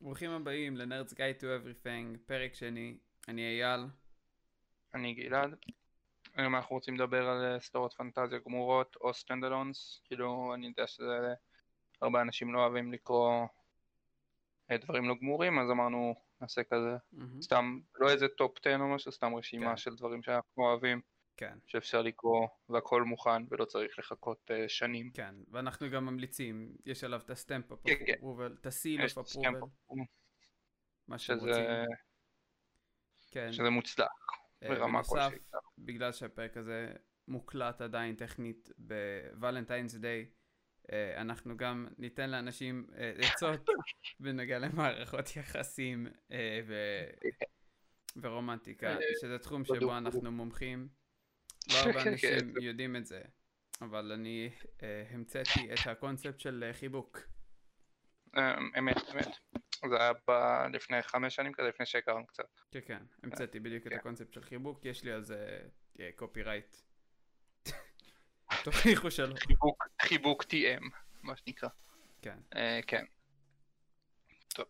ברוכים הבאים ל-Nerds Guide to Everything, פרק שני. אני אייל. אני גלעד. היום אנחנו רוצים לדבר על סדרות פנטזיה גמורות או סטנדלונס. כאילו אני יודע שזה הרבה אנשים לא אוהבים לקרוא דברים לא גמורים, אז אמרנו נעשה כזה סתם, לא איזה טופ 10 או משהו, סתם רשימה של דברים שאנחנו אוהבים, שאפשר לקרוא והכל מוכן ולא צריך לחכות שנים. כן, ואנחנו גם ממליצים, יש עליו את הסטמפ אפרובל, את הסיל אפרובל, מה שאתם רוצים. שזה מוצלח ברמה כלשהי. בנוסף, בגלל שהפרק הזה מוקלט עדיין טכנית בוולנטיינס דיי, אנחנו גם ניתן לאנשים עצות בנוגע למערכות יחסים ורומנטיקה, שזה תחום שבו אנחנו מומחים. לא הרבה אנשים יודעים את זה, אבל אני המצאתי את הקונספט של חיבוק. אמת. זה היה לפני 5 שנים כזה, לפני שהכרנו קצת. כן, המצאתי בדיוק את הקונספט של חיבוק, יש לי על זה קופירייט. תוכיחו שלא. חיבוק TM, מה שנקרא. כן. כן. טוב.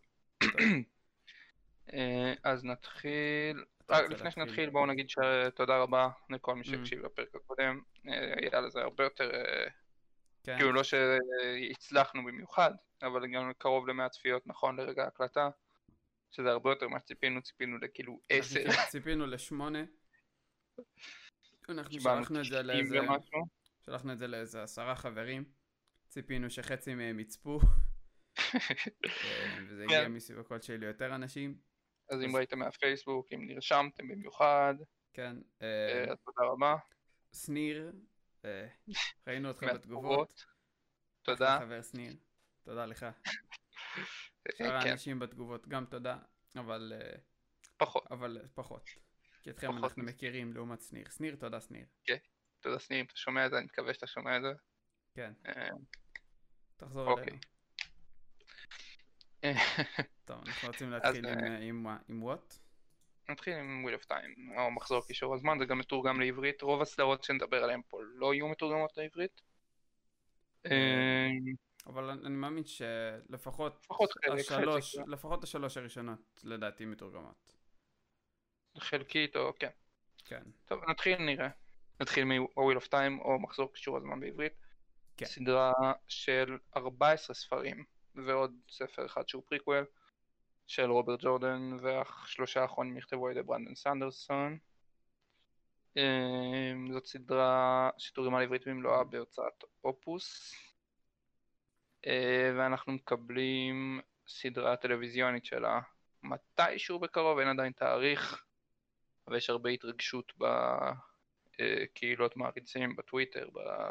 אז נתחיל. לפני שנתחיל בואו נגיד שתודה רבה לכל מי שהקשיב לפרק הקודם. היה לזה הרבה יותר, כאילו לא שהצלחנו במיוחד, אבל גם קרוב ל100 צפיות נכון לרגע ההקלטה, שזה הרבה יותר מה שציפינו, ציפינו לכאילו 10. ציפינו ל8. אנחנו שלחנו את זה לאיזה 10 חברים, ציפינו שחצי מהם יצפו, וזה הגיע מסיבה כלשהי ליותר אנשים. אז אם ראיתם מהפייסבוק, אם נרשמתם במיוחד, כן. אז תודה רבה. שניר, ראינו אותך בתגובות. תודה. חבר שניר, תודה לך. שאר האנשים בתגובות גם תודה, אבל פחות. כי אתכם אנחנו מכירים לעומת שניר. שניר, תודה שניר. כן, תודה שניר, אתה שומע את זה, אני מקווה שאתה שומע את זה. כן. תחזור אלינו. טוב, אנחנו רוצים להתחיל עם what? נתחיל עם Wheel of Time, או מחזור קישור הזמן, זה גם מתורגם לעברית. רוב הסדרות שנדבר עליהן פה לא יהיו מתורגמות לעברית. אבל אני מאמין שלפחות השלוש הראשונות לדעתי מתורגמות. חלקית או כן. כן. טוב, נראה. נתחיל מ-Wheel of Time או מחזור קישור הזמן בעברית. סדרה של 14 ספרים ועוד ספר אחד שהוא פריקוול של רוברט ג'ורדן, והשלושה האחרונים נכתבו על ידי ברנדון סנדרסון. זאת סדרה שתורגמה לעברית במלואה בהוצאת אופוס, ואנחנו מקבלים סדרה טלוויזיונית שלה מתישהו בקרוב, אין עדיין תאריך, אבל יש הרבה התרגשות בקהילות מעריצים בטוויטר.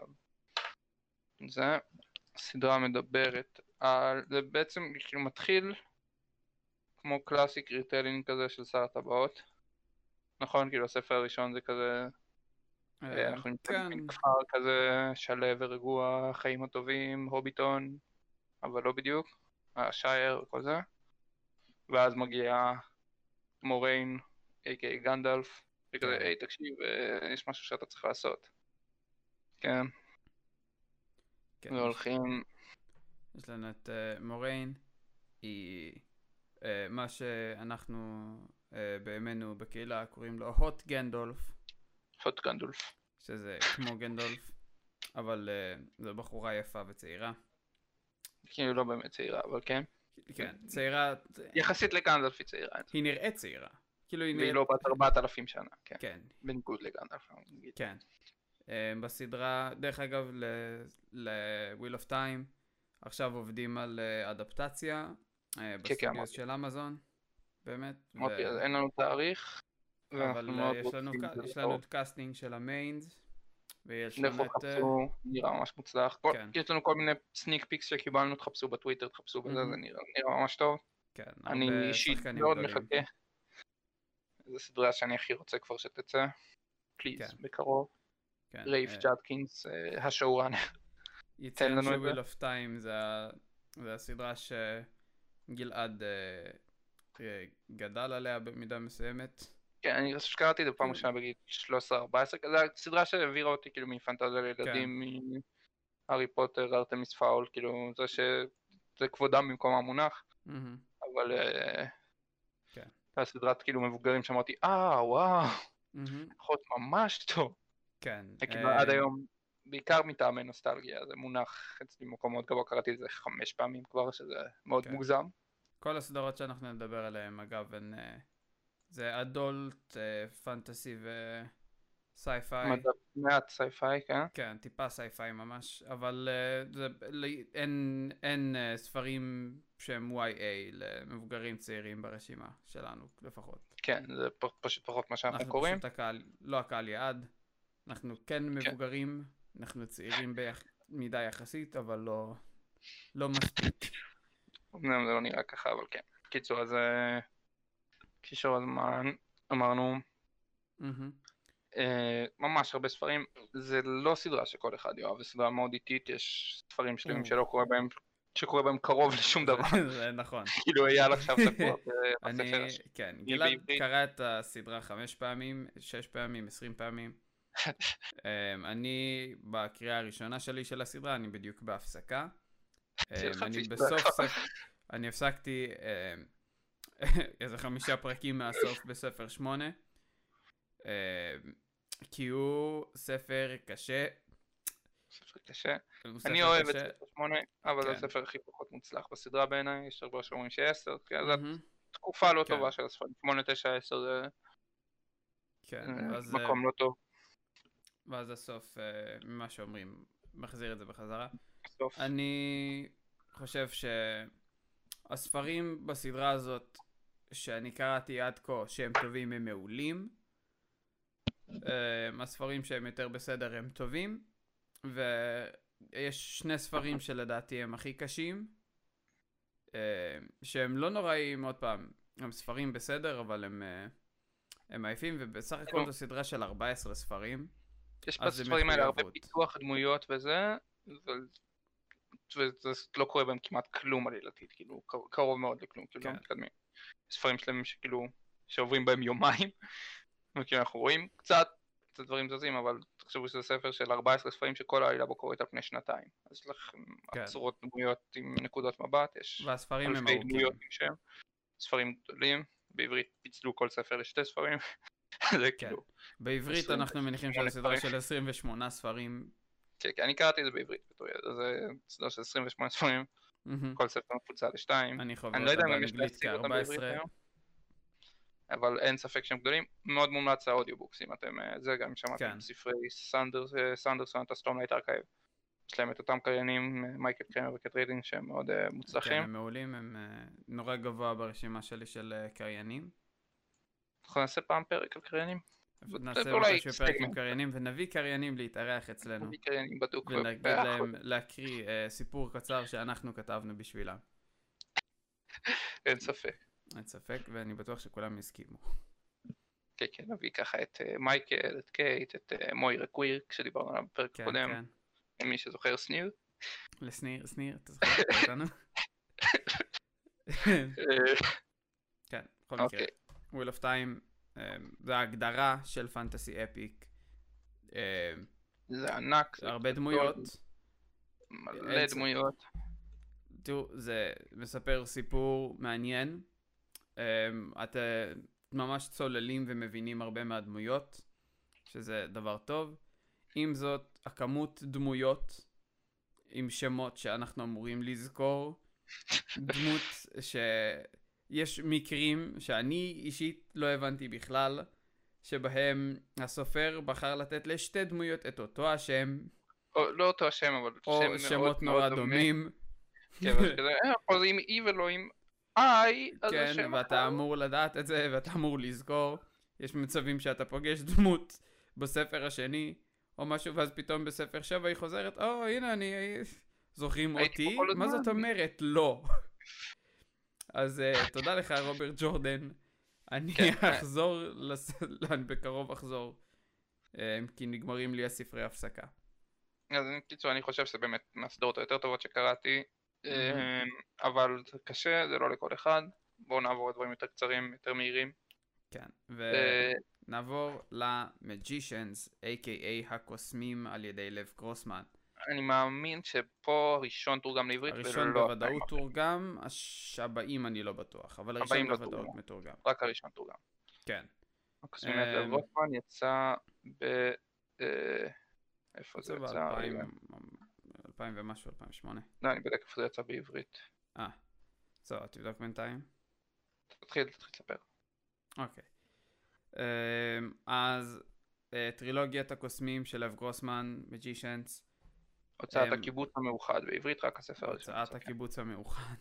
זה סדרה מדברת על, זה בעצם כאילו מתחיל כמו קלאסיק ריטלינג כזה של שר הטבעות, נכון? כאילו הספר הראשון זה כזה, אנחנו נמצאים בכפר כזה שלב ורגוע, חיים הטובים, הוביטון, אבל לא בדיוק, השייר וכל זה, ואז מגיע מוריין, a.k.a. גנדלף, וכזה, היי תקשיב, יש משהו שאתה צריך לעשות. כן. והולכים. יש לנו את מוריין, היא מה שאנחנו בימינו בקהילה קוראים לו הוט גנדולף. הוט גנדולף. שזה כמו גנדולף, אבל זו בחורה יפה וצעירה. כאילו לא באמת צעירה, אבל כן. כן, צעירה. יחסית לגנדולף היא צעירה. היא נראית צעירה. והיא לא בת 4,000 שנה, כן. כן. בניגוד לגנדולף. כן. בסדרה, דרך אגב, ל-Wheel of Time, עכשיו עובדים על אדפטציה בסטודיוס של אמזון, באמת. אמרתי, אז אין לנו תאריך. אבל יש לנו את קאסטינג של המיינס, ויש לנו את... נראה ממש מוצלח. יש לנו כל מיני סניק פיקס שקיבלנו, תחפשו בטוויטר, תחפשו בזה, זה נראה ממש טוב. אני אישית מאוד מחכה. זו סדרה שאני הכי רוצה כבר שתצא. פליז, בקרוב. רייף ג'אדקינס, השואורנר. יציין ש-Wheel of Time זה הסדרה שגלעד גדל עליה במידה מסוימת. כן, אני חושב שקראתי את זה פעם ראשונה בגיל 13-14, זו סדרה שהעבירה אותי כאילו מפנטזיה לילדים, מהארי פוטר, ארתמיס פאול, כאילו זה כבודם במקום המונח, אבל כן. הסדרת כאילו מבוגרים שאמרתי, וואו, מהמם. יכול להיות ממש טוב. כן. כאילו עד היום, בעיקר מטעמי נוסטלגיה, זה מונח אצלי במקום מאוד גבוה, קראתי את זה 5 פעמים כבר, שזה מאוד כן. מוגזם. כל הסדרות שאנחנו נדבר עליהן, אגב, זה אדולט, פנטסי וסייפיי. מעט סייפיי, כן? כן, טיפה סייפיי ממש, אבל אין ספרים שהם YA למבוגרים צעירים ברשימה שלנו, לפחות. כן, זה פשוט פחות מה שאנחנו אנחנו קוראים. פשוט לא הקהל יעד. אנחנו כן מבוגרים, אנחנו צעירים מדי יחסית, אבל לא מספיק. אמנם זה לא נראה ככה, אבל כן. קיצור, אז קישור הזמן, אמרנו, ממש הרבה ספרים, זה לא סדרה שכל אחד יאהב, זה סדרה מאוד איטית, יש ספרים שלמים שקורה בהם קרוב לשום דבר. זה נכון. כאילו אייל עכשיו תקוע בספר. כן, גלעד קרא את הסדרה 5 פעמים, 6 פעמים, 20 פעמים. אני בקריאה הראשונה שלי של הסדרה, אני בדיוק בהפסקה. אני הפסקתי איזה 5 פרקים מהסוף בספר 8. כי הוא ספר קשה. ספר קשה. אני אוהב את ספר 8, אבל זה הספר הכי פחות מוצלח בסדרה בעיניי, יש הרבה שאומרים ש10, כי אז תקופה לא טובה של הספרים, 8, 9, 10 זה מקום לא טוב. ואז הסוף, ממה שאומרים, מחזיר את זה בחזרה. אני חושב שהספרים בסדרה הזאת שאני קראתי עד כה שהם טובים הם מעולים. הספרים שהם יותר בסדר הם טובים, ויש 2 ספרים שלדעתי הם הכי קשים, שהם לא נוראים, עוד פעם, הם ספרים בסדר, אבל הם עייפים, ובסך הכל זו סדרה של 14 ספרים. יש בספרים האלה הרבה פיתוח דמויות וזה, וזה לא קורה בהם כמעט כלום עלילתית, כאילו קרוב מאוד לכלום, כאילו לא מתקדמים. ספרים שלמים שכאילו שעוברים בהם יומיים, וכאילו אנחנו רואים קצת דברים זזים, אבל תחשבו שזה ספר של 14 ספרים שכל העלילה בו קורית על פני 2 אז יש לכם עשרות דמויות עם נקודות מבט, יש אלפי דמויות עם שם, ספרים גדולים, בעברית פיצלו כל ספר ל2 ספרים. זה כאילו בעברית אנחנו מניחים שזה סדרה של 28 ספרים. כן, אני קראתי את זה בעברית, זה סדרה של 28 ספרים, כל ספר מפוצל ל2. אני חווה אותה באנגלית כ-14. אבל אין ספק שהם גדולים, מאוד מומלץ האודיובוקס, אם אתם, זה גם שמעתם ספרי סנדרסון, את הסטורמלייט ארכייב, יש להם את אותם קריינים, מייקל קריימר וקט רידינג, שהם מאוד מוצלחים. כן, הם מעולים, הם נורא גבוה ברשימה שלי של קריינים. אנחנו נעשה פעם פרק על קריינים? נעשה משהו פרק עם קריינים, ונביא קריינים להתארח אצלנו. נביא קריינים בדוק. ונגיד להם להקריא סיפור קצר שאנחנו כתבנו בשבילם. אין ספק. אין ספק, ואני בטוח שכולם יסכימו. כן, כן, נביא ככה את מייקל, את קייט, את מוירה קוויר, כשדיברנו עליו בפרק קודם. מי שזוכר סניר. סניר, אתה זוכר אותנו? כן, בכל מקרה. Wheel of Time, זה ההגדרה של פנטסי אפיק. זה ענק. הרבה דמויות. מלא דמויות. תראו, זה מספר סיפור מעניין. אתם ממש צוללים ומבינים הרבה מהדמויות, שזה דבר טוב. עם זאת, הכמות דמויות עם שמות שאנחנו אמורים לזכור, דמות שיש מקרים שאני אישית לא הבנתי בכלל, שבהם הסופר בחר לתת לשתי דמויות את אותו השם, לא אותו השם, אבל או שמות נורא דומים. כן, אבל כזה, או זה עם אי ולא עם איי, אז השם כן, ואתה אמור לדעת את זה, ואתה אמור לזכור. יש מצבים שאתה פוגש דמות בספר השני, או משהו, ואז פתאום בספר 7 היא חוזרת, הנה אני, זוכרים אותי? מה זאת אומרת? לא. אז תודה לך רוברט ג'ורדן. אני אחזור, בקרוב אחזור, כי נגמרים לי הספרי הפסקה. אז קיצור, אני חושב שזה באמת מהסדרות היותר טובות שקראתי, אבל זה קשה, זה לא לכל אחד. בואו נעבור לדברים יותר קצרים, יותר מהירים. כן, ונעבור למג'ישנס, a.k.a. הקוסמים על ידי לב גרוסמן. אני מאמין שפה הראשון תורגם לעברית הראשון ולא בוודאות תורגם, הבאים אני לא בטוח, אבל הראשון הבאים לא בוודאות תורגם. מתורגם. רק הראשון תורגם. כן. הקוסמים מאת לב גרוסמן יצא איפה זה יצא? 2000 ומשהו, 2008. לא, אני בדק איפה זה יצא בעברית. בסדר, תבדוק בינתיים. תתחיל לספר. אוקיי. אז טרילוגיית הקוסמים של לב גרוסמן, מג'ישנס. הוצאת הקיבוץ המאוחד, בעברית רק הספר הראשון. הוצאת הקיבוץ המאוחד.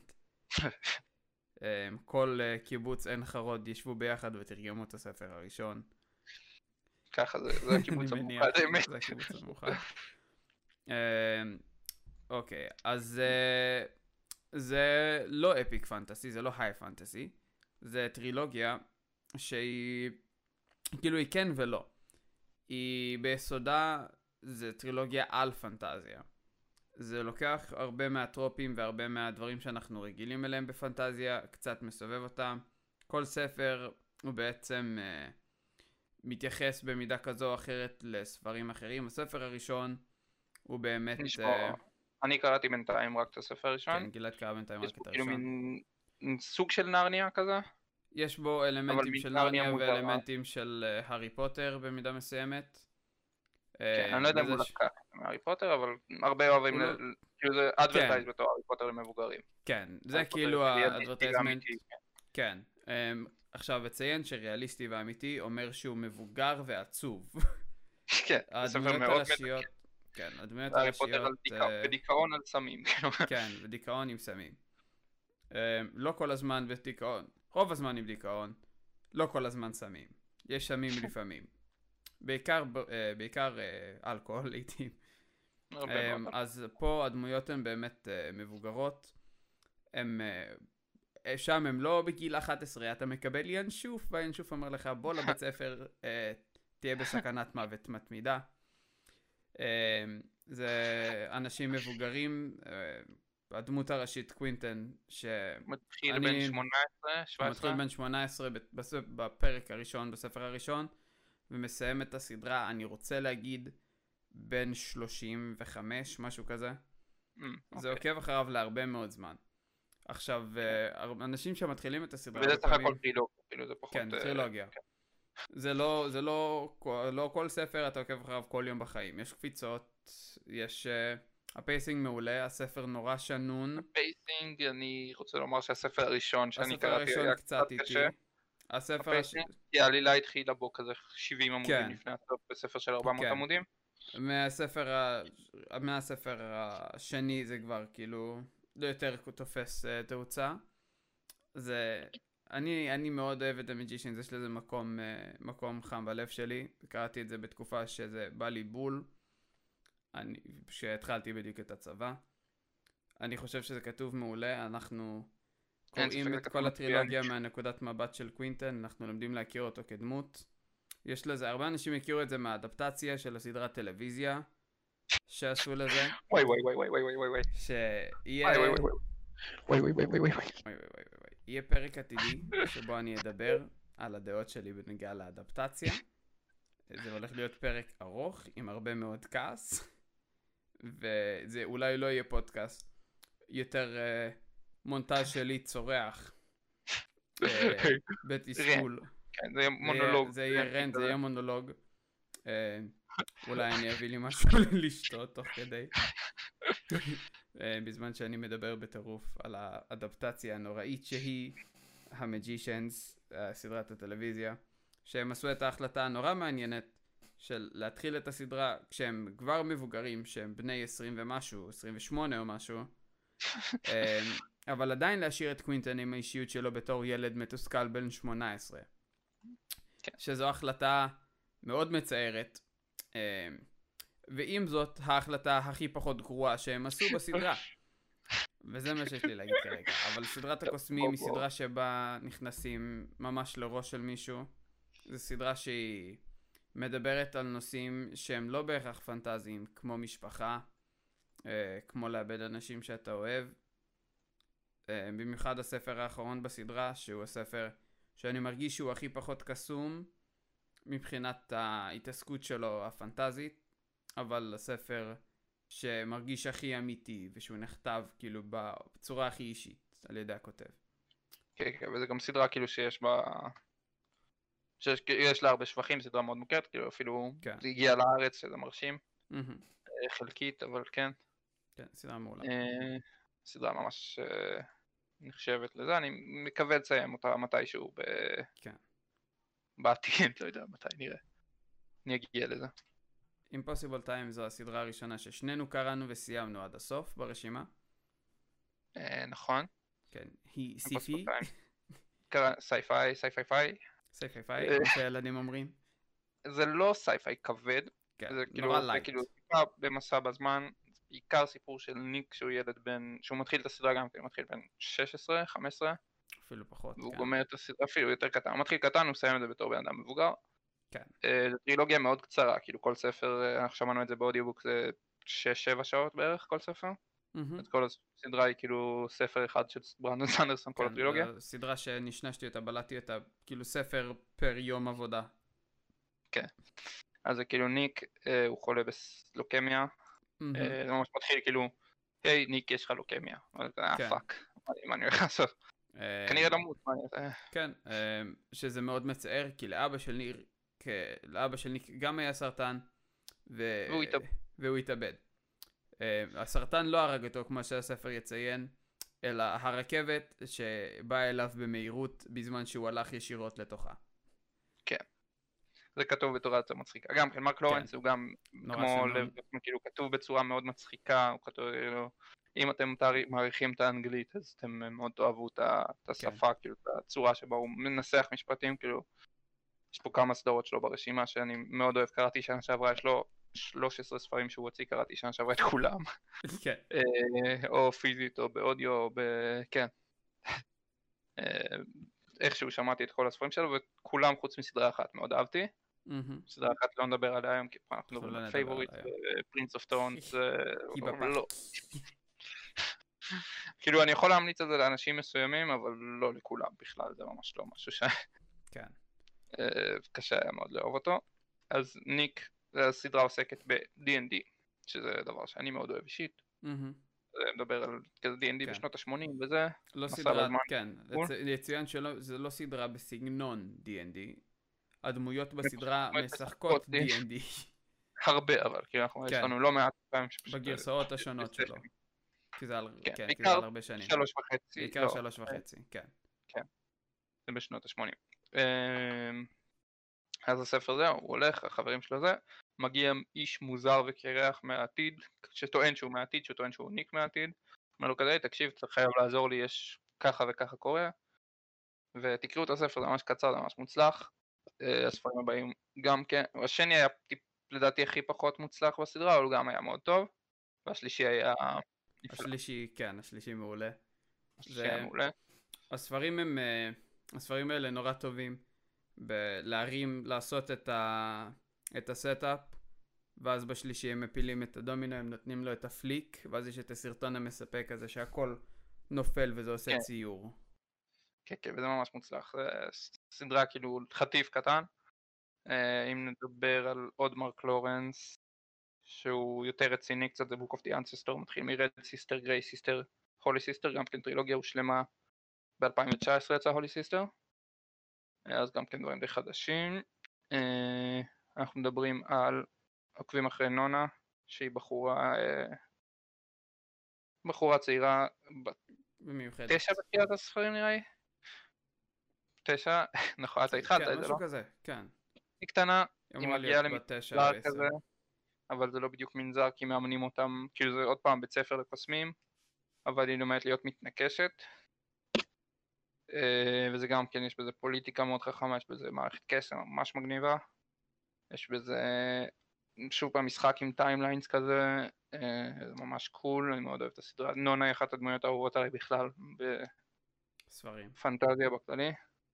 כל קיבוץ עין חרוד ישבו ביחד ותרגמו את הספר הראשון. ככה זה הקיבוץ המאוחד, האמת. זה הקיבוץ המאוחד. אוקיי, אז זה לא אפיק פנטסי, זה לא היי פנטסי. זה טרילוגיה שהיא, כאילו היא כן ולא. היא ביסודה, זה טרילוגיה על פנטזיה. זה לוקח הרבה מהטרופים והרבה מהדברים שאנחנו רגילים אליהם בפנטזיה, קצת מסובב אותם. כל ספר הוא בעצם מתייחס במידה כזו או אחרת לספרים אחרים. הספר הראשון הוא באמת... אני קראתי בינתיים רק את הספר הראשון. כן, גלעד קרא בינתיים רק את הראשון. יש פה כאילו מין סוג של נרניה כזה? יש בו אלמנטים של נרניה ואלמנטים של הארי פוטר במידה מסוימת. כן, אני לא יודע אם הוא לקח מהארי פוטר, אבל הרבה אוהבים, כאילו זה אדברטייז בתור הארי פוטר למבוגרים. כן, זה כאילו האדברטייזמנט. כן, עכשיו אציין שריאליסטי ואמיתי אומר שהוא מבוגר ועצוב. כן, זה ספר מאוד מדכא. כן, הדמויות הארי פוטר בדיכאון על סמים. כן, בדיכאון עם סמים. לא כל הזמן בדיכאון, רוב הזמן עם דיכאון, לא כל הזמן סמים. יש סמים לפעמים. בעיקר אלכוהול לעתים. אז פה הדמויות הן באמת מבוגרות. שם הם לא בגיל 11, אתה מקבל ינשוף, והינשוף אומר לך בוא לבית ספר, תהיה בסכנת מוות מתמידה. זה אנשים מבוגרים, הדמות הראשית קווינטן, מתחיל בין 18, 17? מתחיל בין 18 בפרק הראשון, בספר הראשון, ומסיים את הסדרה, אני רוצה להגיד, בין 35, משהו כזה. זה עוקב אחריו להרבה מאוד זמן. עכשיו, אנשים שמתחילים את הסדרה... וזה סך הכל טרילוגיה. כן, טרילוגיה. זה לא כל ספר אתה עוקב אחריו כל יום בחיים. יש קפיצות, יש... הפייסינג מעולה, הספר נורא שנון. הפייסינג, אני רוצה לומר שהספר הראשון שאני קראתי היה קצת קשה. הספר הראשון, כי העלילה התחילה בו כזה 70 עמודים לפני הסוף, בספר של 400 עמודים. מהספר השני זה כבר כאילו לא יותר תופס תאוצה. אני מאוד אוהב את המג'ישנס, יש לזה מקום חם בלב שלי. קראתי את זה בתקופה שזה בא לי בול. כשהתחלתי בדיוק את הצבא. אני חושב שזה כתוב מעולה, אנחנו קוראים את כל הטרילוגיה מהנקודת מבט של קווינטן, אנחנו לומדים להכיר אותו כדמות. יש לזה, הרבה אנשים הכירו את זה מהאדפטציה של הסדרת טלוויזיה שעשו לזה. וואי. יהיה פרק עתידי שבו אני אדבר על הדעות שלי בנוגע לאדפטציה. זה הולך להיות פרק ארוך עם הרבה מאוד כעס. וזה אולי לא יהיה פודקאסט, יותר מונטאז' שלי צורח בתסכול. כן, זה יהיה מונולוג. זה יהיה רנט, זה יהיה מונולוג. אולי אני אביא לי משהו לשתות תוך כדי. בזמן שאני מדבר בטירוף על האדפטציה הנוראית שהיא המג'ישנס, סדרת הטלוויזיה, שהם עשו את ההחלטה הנורא מעניינת של להתחיל את הסדרה כשהם כבר מבוגרים, שהם בני 20 ומשהו, 28 או משהו, אבל עדיין להשאיר את קווינטן עם האישיות שלו בתור ילד מתוסכל בן 18. שזו החלטה מאוד מצערת, ועם זאת ההחלטה הכי פחות גרועה שהם עשו בסדרה. וזה מה שיש לי להגיד כרגע. אבל סדרת הקוסמים היא סדרה שבה נכנסים ממש לראש של מישהו. זו סדרה שהיא מדברת על נושאים שהם לא בהכרח פנטזיים, כמו משפחה, כמו לאבד אנשים שאתה אוהב. במיוחד הספר האחרון בסדרה, שהוא הספר שאני מרגיש שהוא הכי פחות קסום מבחינת ההתעסקות שלו הפנטזית, אבל הספר שמרגיש הכי אמיתי, ושהוא נכתב כאילו בצורה הכי אישית על ידי הכותב. כן, כן, וזה גם סדרה כאילו שיש בה... שיש לה הרבה שבחים, סדרה מאוד מוכרת, כאילו אפילו כן. זה הגיע לארץ, שזה מרשים, מהמם. חלקית, אבל כן. כן, סדרה מעולה. סדרה ממש נחשבת לזה, אני מקווה לסיים אותה מתישהו כן. בעתיד, לא יודע מתי, נראה. אני אגיע לזה. Impossible Time זו הסדרה הראשונה ששנינו קראנו וסיימנו עד הסוף ברשימה. נכון. כן, היא סיפי. סייפיי, סייפיי. סייפיי, כמו שהילדים אומרים. זה לא סייפיי כבד. כן, זה נורא לייט. כאילו טיפה במסע בזמן, בעיקר סיפור של ניק שהוא ילד בן, שהוא מתחיל את הסדרה גם, הוא מתחיל בן 16, 15. אפילו פחות, והוא כן. גומר את הסדרה אפילו יותר קטן, הוא מתחיל קטן, הוא מסיים את זה בתור בן אדם מבוגר. כן. זו טרילוגיה מאוד קצרה, כאילו כל ספר, אנחנו שמענו את זה באודיובוק, זה 6-7 שעות בערך כל ספר. אז כל הסדרה היא כאילו ספר אחד של ברנדון סנדרסון, כל הטרילוגיה. כן, סדרה שנשנשתי אותה, בלעתי אותה, כאילו ספר פר יום עבודה. כן. אז זה כאילו ניק, הוא חולה בלוקמיה, זה ממש מתחיל כאילו, היי ניק יש לך לוקמיה, פאק, מה אני הולך לעשות? כנראה למות, מה אני אעשה? כן, שזה מאוד מצער, כי לאבא של ניק גם היה סרטן, והוא התאבד. הסרטן לא הרג אותו כמו שהספר יציין, אלא הרכבת שבאה אליו במהירות בזמן שהוא הלך ישירות לתוכה. כן. זה כתוב בתורה יותר מצחיקה. גם כן, מרק לורנס הוא גם כמו לב, כאילו כתוב בצורה מאוד מצחיקה, הוא כתוב, אם אתם מעריכים את האנגלית אז אתם מאוד תאהבו את השפה, כאילו את הצורה שבה הוא מנסח משפטים, כאילו יש פה כמה סדרות שלו ברשימה שאני מאוד אוהב, קראתי שנה שעברה, יש לו 13 ספרים שהוא הוציא, קראתי שנה שעברה את כולם. כן. או פיזית או באודיו, או כן. איכשהו שמעתי את כל הספרים שלו, וכולם חוץ מסדרה אחת מאוד אהבתי. סדרה אחת לא נדבר עליה היום, כי אנחנו מדברים על פייבוריט, פרינס אוף טורנס, לא. כאילו אני יכול להמליץ על זה לאנשים מסוימים, אבל לא לכולם בכלל, זה ממש לא משהו קשה היה מאוד לאהוב אותו. אז ניק, הסדרה עוסקת ב-D&D, שזה דבר שאני מאוד אוהב אישית. מדבר על כזה D&D בשנות ה-80 וזה. לא סדרה, כן, יצוין שזה לא סדרה בסגנון D&D. הדמויות בסדרה משחקות D&D. הרבה אבל, כי יש לנו לא מעט פעמים בגרסאות השונות שלו. כי זה על הרבה שנים. 3.5. בעיקר 3.5, כן. כן, זה בשנות ה-80. אז הספר זה, הוא הולך, החברים שלו זה, מגיע איש מוזר וקרח מהעתיד, שטוען שהוא מהעתיד, שטוען שהוא ניק מהעתיד, אומר לו כזה, תקשיב, אתה חייב לעזור לי, יש ככה וככה קורה, ותקראו את הספר, זה ממש קצר, זה ממש מוצלח. הספרים הבאים גם כן, השני היה לדעתי הכי פחות מוצלח בסדרה, אבל הוא גם היה מאוד טוב, והשלישי היה נפלא. השלישי מעולה. זה מעולה. הספרים האלה נורא טובים בלהרים, לעשות את הסטאפ, ואז בשלישי הם מפילים את הדומינו, הם נותנים לו את הפליק, ואז יש את הסרטון המספק הזה שהכל נופל וזה עושה ציור. כן, כן, וזה ממש מוצלח. זה סדרה כאילו חטיף קטן. אם נדבר על עוד מרק לורנס, שהוא יותר רציני קצת, זה Book of the Ancestor, מתחיל מרד סיסטר, גריי סיסטר, הולי סיסטר, גם כן טרילוגיה הושלמה ב-2019 יצא הולי סיסטר. אז גם כן דברים די חדשים. אנחנו מדברים על עוקבים אחרי נונה, שהיא בחורה צעירה, במיוחדת. 9 בתחילת הספרים נראה לי? 9? נכון, אתה התחלת את זה, לא? משהו כזה, כן. היא קטנה, היא מגיעה למנזר כזה, אבל זה לא בדיוק מנזר, כי מאמנים אותם, כאילו זה עוד פעם בית ספר לקוסמים, אבל היא לומדת להיות מתנקשת, וזה גם כן, יש בזה פוליטיקה מאוד חכמה, יש בזה מערכת קסם ממש מגניבה, יש בזה שוב פעם משחק עם טיימליינס כזה, זה ממש קול, אני מאוד אוהב את הסדרה. נונה היא אחת הדמויות האהובות עליי בכלל, בספרים. פנטזיה בכללי.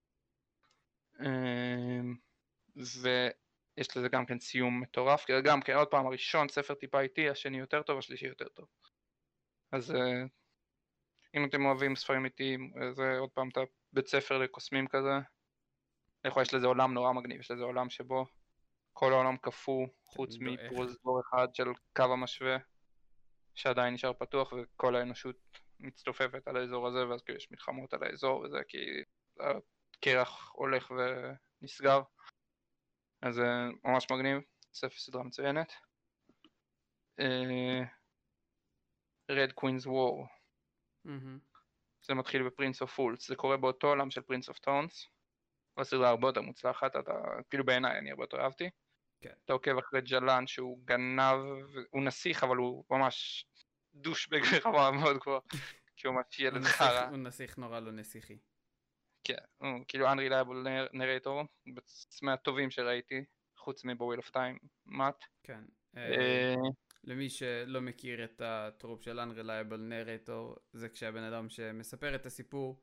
ויש לזה גם כן סיום מטורף, כי גם כן עוד פעם הראשון ספר טיפה איטי, השני יותר טוב, השלישי יותר טוב. אז אם אתם אוהבים ספרים איטיים, זה עוד פעם בית ספר לקוסמים כזה. יש לזה עולם נורא מגניב, יש לזה עולם שבו כל העולם קפוא, חוץ מפרוזדור אחד של קו המשווה. שעדיין נשאר פתוח וכל האנושות מצטופפת על האזור הזה, ואז כאילו יש מלחמות על האזור וזה, כי הקרח הולך ונסגר. אז זה ממש מגניב, סדרה מצוינת. Red Queen's War. זה מתחיל בפרינס אוף פולס, זה קורה באותו עולם של פרינס אוף טורנס. הסדרה הרבה יותר מוצלחת, כאילו בעיניי אני הרבה יותר אהבתי. אתה עוקב אחרי ג'לן שהוא גנב, הוא נסיך אבל הוא ממש דושבג ברמה מאוד גבוהה, כי הוא ממש ילד חרא. הוא נסיך נורא לא נסיכי. כן, הוא כאילו unreliable narrator, מהטובים שראיתי, חוץ מבוויל אוף טיים, מאט. כן. למי שלא מכיר את הטרופ של unreliable narrator, זה כשהבן אדם שמספר את הסיפור,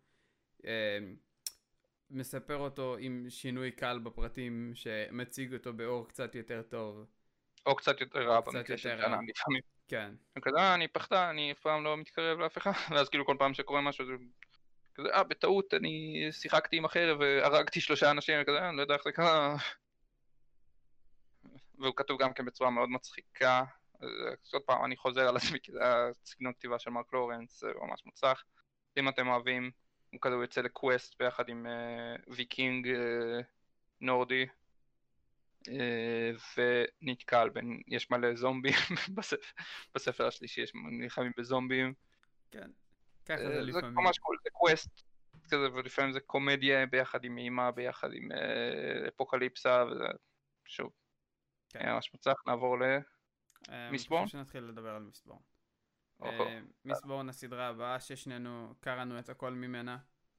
מספר אותו עם שינוי קל בפרטים, שמציג אותו באור קצת יותר טוב. או קצת יותר רע במקרה של ג'לן לפעמים. כן. וכזה, אני פחדה, אני אף פעם לא מתקרב לאף אחד, ואז כאילו כל פעם שקורה משהו, זה כזה, בטעות אני שיחקתי עם החרב והרגתי 3 אנשים, וכזה, אני לא יודע איך זה קרה. והוא כתוב גם כן בצורה מאוד מצחיקה. עוד פעם אני חוזר על עצמי, כי זה הסגנון כתיבה של מרק לורנס, זה ממש מוצלח. אם אתם אוהבים, הוא כזה יוצא לקווסט ביחד עם ויקינג נורדי, ונתקל בין, יש מלא זומבים בספר השלישי, יש נלחמים בזומבים. כן, ככה זה לפעמים. זה ממש קול, זה קווסט כזה, ולפעמים זה קומדיה ביחד עם אימה, ביחד עם אפוקליפסה, וזה שוב, ממש מוצלח. נעבור למיסטבורן. אני חושב שנתחיל לדבר על מיסטבורן. מיסטבורן הסדרה הבאה ששנינו קראנו את הכל ממנה.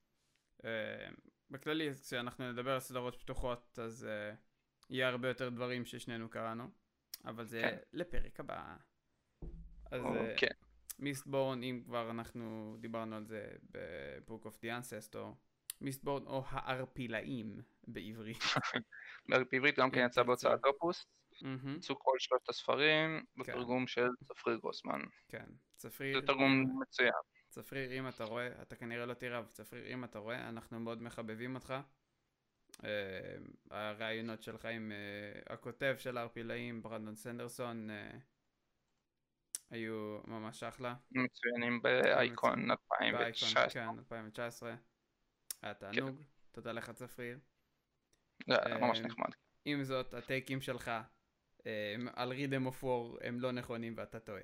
בכללי, כשאנחנו נדבר על סדרות פתוחות, אז יהיה הרבה יותר דברים ששנינו קראנו, אבל זה לפרק הבא. אז מיסטבורן, אם כבר אנחנו דיברנו על זה ב-Book of the Ancestor, מיסטבורן או הערפילאים בעברית. בעברית גם כן יצא בהוצאת אופוס. יצאו כל 3 הספרים בתרגום של צפריר גרוסמן. כן, צפריר. זה תרגום מצוין. צפריר, אם אתה רואה, אתה כנראה לא תראה, אבל צפריר, אם אתה רואה, אנחנו מאוד מחבבים אותך. הרעיונות שלך עם הכותב של הערפילאים, ברנדון סנדרסון, היו ממש אחלה. מצוינים באייקון 2019. כן, 2019. היה תענוג. תודה לך צפריר. זה ממש נחמד. עם זאת, הטייקים שלך על רידם אוף וור הם לא נכונים ואתה טועה.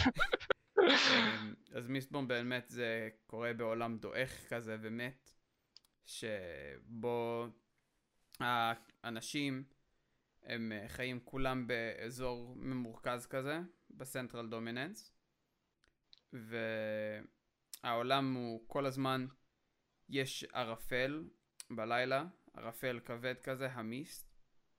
אז מיסטבורן באמת זה קורה בעולם דועך כזה ומת, שבו האנשים הם חיים כולם באזור ממורכז כזה, בסנטרל דומיננס, והעולם הוא כל הזמן, יש ערפל בלילה, ערפל כבד כזה, המיסט,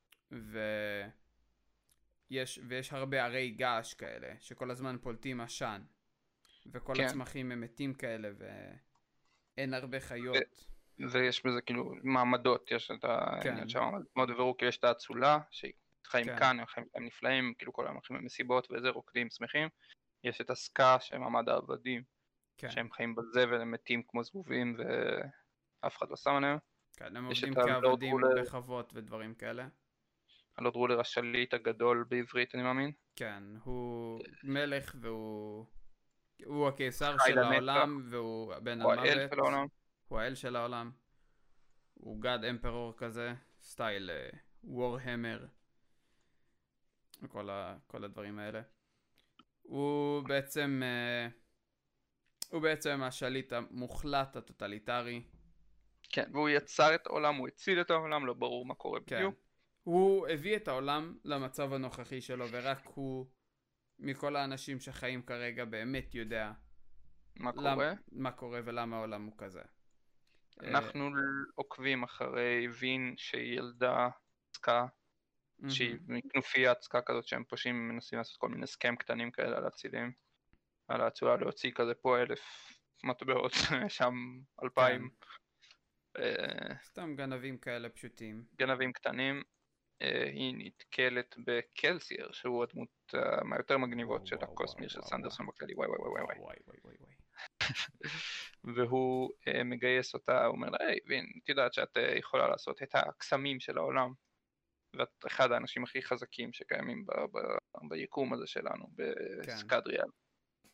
ויש הרבה ערי געש כאלה, שכל הזמן פולטים עשן, וכל הצמחים הם מתים כאלה, ואין הרבה חיות. ויש בזה כאילו מעמדות, יש את העניין שם, מאוד וברוק, יש את האצולה, שחיים כאן, הם חיים נפלאים, כאילו כל המחים במסיבות וזה, רוקדים, שמחים. יש את הסקה, שהם מעמד העבדים, שהם חיים בזבל, הם מתים כמו זבובים, ואף אחד לא שם עליהם. כן, הם עובדים כעבדים בחוות ודברים כאלה. הלורד רולר השליט הגדול בעברית, אני מאמין. כן, הוא מלך והוא הקיסר של העולם, והוא בן המוות. הוא האל של העולם. הוא גאד אמפרור כזה, סטייל וורהמר, כל הדברים האלה. הוא בעצם השליט המוחלט, הטוטליטרי. כן, והוא יצר את העולם, הוא הציל את העולם, לא ברור מה קורה בדיוק. הוא הביא את העולם למצב הנוכחי שלו, ורק הוא, מכל האנשים שחיים כרגע, באמת יודע מה קורה ולמה העולם הוא כזה. אנחנו עוקבים אחרי וין שהיא ילדה צקה, שהיא מכנופיה צקה כזאת שהם פושעים, מנסים לעשות כל מיני סכם קטנים כאלה על הצילים, על האצולה להוציא כזה פה 1,000 מטבעות, שם 2,000. סתם גנבים כאלה פשוטים. גנבים קטנים. היא נתקלת בקלסייר, שהוא הדמות מהיותר מגניבות של הקוסמיר של סנדרסון בכללי. וואי וואי וואי וואי. והוא מגייס אותה, הוא אומר לה, היי, וין, את יודעת שאת יכולה לעשות את הקסמים של העולם, ואת אחד האנשים הכי חזקים שקיימים ביקום הזה שלנו, בסקדריאל.